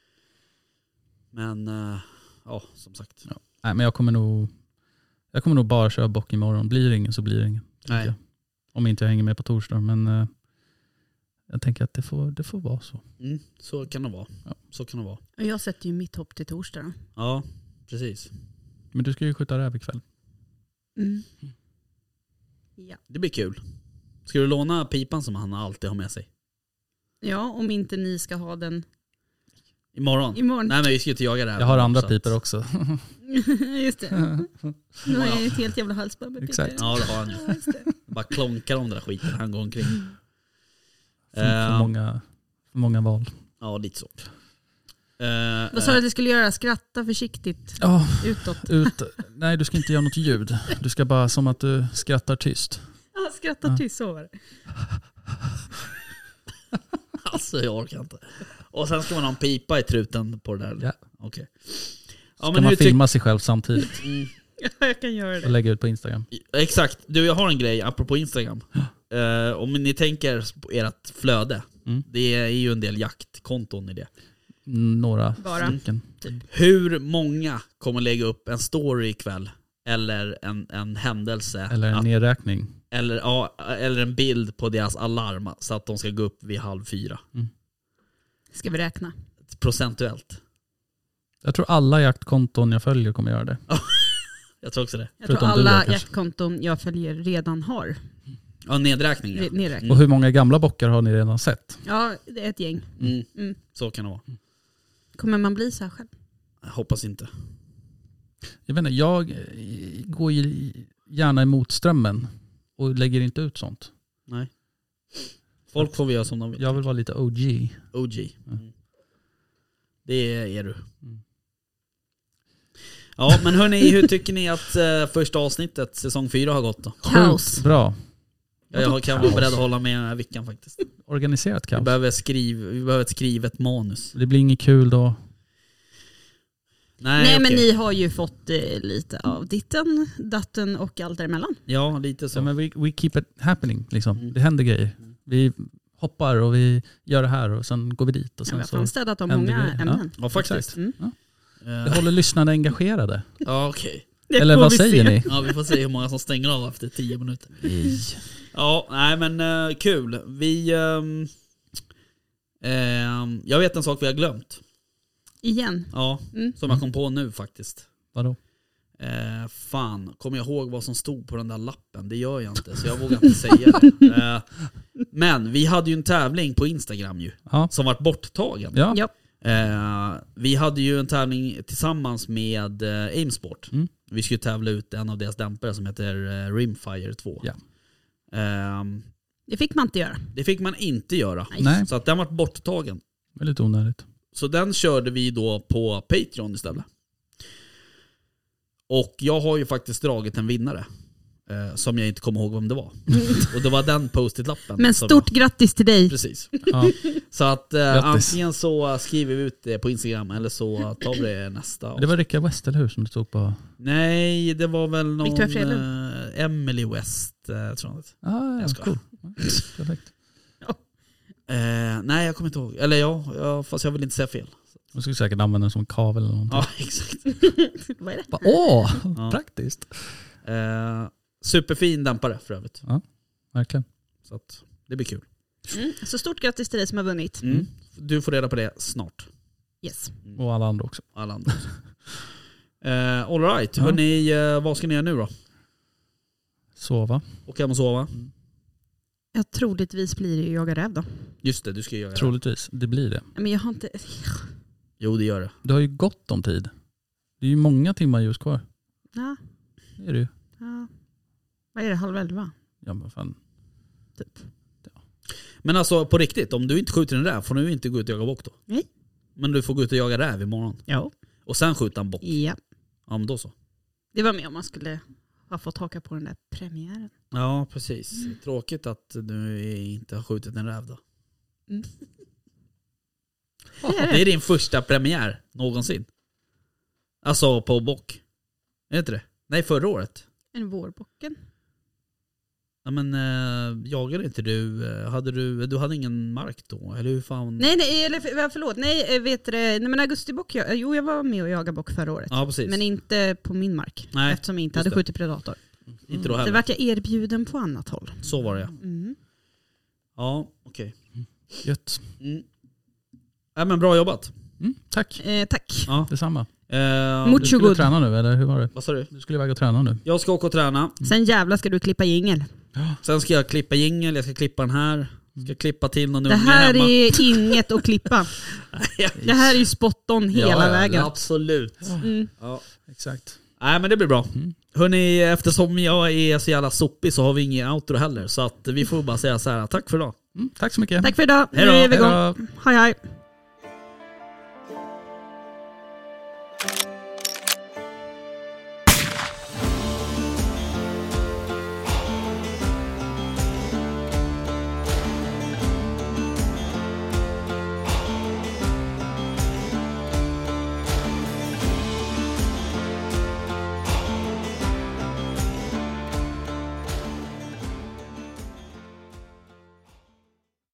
Men ja, som sagt. Ja. Nej, men jag kommer nog bara köra bock imorgon. Blir det ingen så blir det ingen. Nej. Om inte jag hänger med på torsdag. Men jag tänker att det får vara så. Så kan det vara. Ja. Så kan det vara. Och jag sätter ju mitt hopp till torsdag då. Ja, precis. Men du ska ju skjuta räv ikväll. Ja. Det blir kul. Ska du låna pipan som han alltid har med sig? Ja, om inte ni ska ha den Imorgon? imorgon. Nej, men vi ska ju inte jaga det här. Jag har andra så pipor också. Just det. Nu har jag ett helt jävla halsband med Exakt. pipor. Ja, det har han ju. Ja, just det. Bara klonkar om den där skiten han går omkring. För många val. Ja, lite så. Vad sa du att du skulle göra? Skratta försiktigt utåt. Nej, du ska inte göra något ljud. Du ska bara som att du skrattar tyst. Ja, skratta tyst, så var det. Alltså, jag orkar inte. Och sen ska man ha en pipa i truten på det där. Ja. Okej. Ja, så kan man filma sig själv samtidigt. Ja, jag kan göra Och det. lägga ut på Instagram. Exakt. Du, jag har en grej apropå Instagram. Om ni tänker på ert flöde. Det är ju en del jaktkonton i det. Några Bara. stycken. Hur många kommer lägga upp en story ikväll? Eller en händelse? Eller en nedräkning. Eller en bild på deras alarm så att de ska gå upp vid 3:30. Ska vi räkna? Procentuellt. Jag tror alla jaktkonton jag följer kommer göra det. Jag tror också det. Jag tror alla jaktkonton jag följer redan har. Ja, nedräkning. Nedräkning. Och hur många gamla bockar har ni redan sett? Ja, det är ett gäng. Så kan det vara. Kommer man bli så här själv? Jag hoppas inte. Jag vet inte, jag går ju gärna emot strömmen och lägger inte ut sånt. Nej. Folk får vi göra som de vill. Jag vill vara lite OG. OG. Det är du. Ja, men hörni, hur tycker ni att första avsnittet, säsong 4 har gått då? Kaos. Sjukt bra. Jag kan vara beredd att hålla med den här veckan faktiskt. Organiserat Vi kaos. behöver ett skrivet manus. Det blir inget kul då. Nej, men ni har ju fått lite av ditten, datten och allt däremellan. Ja, lite så. Ja, men we keep it happening. Liksom. Det händer grejer. Vi hoppar och vi gör det här och sen går vi dit. Och sen vi har fan städat om många ämnen. Ja, faktiskt. Det håller lyssnarna engagerade. Ja, okej. Eller vad säger ni? Ja, vi får se hur många som stänger av efter 10 minuter. Ja, nej men kul. Jag vet en sak vi har glömt. Igen? Ja, som jag kom på nu faktiskt. Vadå? Fan, kommer jag ihåg vad som stod på den där lappen? Det gör jag inte, så jag vågar inte säga det. Men vi hade ju en tävling på Instagram ju, som var borttagen. Ja. Vi hade ju en tävling tillsammans med Aimsport. Vi skulle tävla ut en av deras dämpare som heter Rimfire 2. Ja. Det fick man inte göra. Det fick man inte göra. Nej. Så att den var borttagen. Väldigt onödigt. Så den körde vi då på Patreon istället. Och jag har ju faktiskt dragit en vinnare. Som jag inte kommer ihåg vem det var. Och det var den post-it-lappen. Men stort grattis till dig. Precis. Så att antingen så skriver vi ut det på Instagram eller så tar vi det nästa. Det var Rickard West, eller hur, som du tog på? Nej, det var väl någon Emily West, tror jag. Jag ska. Cool. Perfekt. Nej, jag kommer inte ihåg. Eller ja, fast jag vill inte säga fel. Du skulle säkert använda den som kavel eller någonting. Ja, exakt. Vad är det? Praktiskt. Superfin dämpare för övrigt. Ja, verkligen. Så att det blir kul. Så stort grattis till dig som har vunnit. Du får reda på det snart. Yes. Och alla andra också. Alla andra också. All right. Hörrni, vad ska ni göra nu då? Sova. Och hem och sova? Ja, troligtvis blir det ju jaga räv då. Just det, du ska göra det. Troligtvis, det blir det. Men jag har inte... Jo, det gör det. Du har ju gott om tid. Det är ju många timmar just kvar. Ja. Det är det ju. Ja. Vad är det, 10:30? Ja, men fan. Typ. Ja. Men alltså på riktigt, om du inte skjuter en räv får du inte gå ut och jaga bock då? Nej. Men du får gå ut och jaga räv imorgon? Ja. Och sen skjuta en bock? Ja. Ja, men då så. Det var med om man skulle ha fått haka på den där premiären. Ja, precis. Tråkigt att du inte har skjutit en räv då. Det är din första premiär någonsin. Alltså på bock. Är det inte det? Nej, förra året. En vårbocken. Ja, men jagade inte du? Du hade ingen mark då? Eller hur fan? Nej, eller förlåt. Nej, vet du det? Nej, men augustibock. Jo, jag var med och jagade bock förra året. Ja, precis. Men inte på min mark. Nej, eftersom jag inte hade skjutit predator. Inte då heller. Så vart jag erbjuden på annat håll. Så var det, ja. Okej. Gött. Ja, men bra jobbat. Tack. Tack. Ja. Detsamma. Mucho du skulle good. träna nu, eller hur var det? Vad sa du? Du skulle iväg och träna nu. Jag ska åka och träna. Sen jävla ska du klippa jingel. Sen ska jag klippa jingel, jag ska klippa den här. Jag ska klippa till någon Det unge här hemma. är inget att klippa. Det här är ju spot on hela vägen. Absolut. Ja. Exakt. Nej, men det blir bra. Hörrni, eftersom jag är så jävla sopig så har vi ingen outro heller. Så att vi får bara säga så här, tack för idag. Tack så mycket. Tack för idag. Hej då. Nu är vi igång. Hej hej.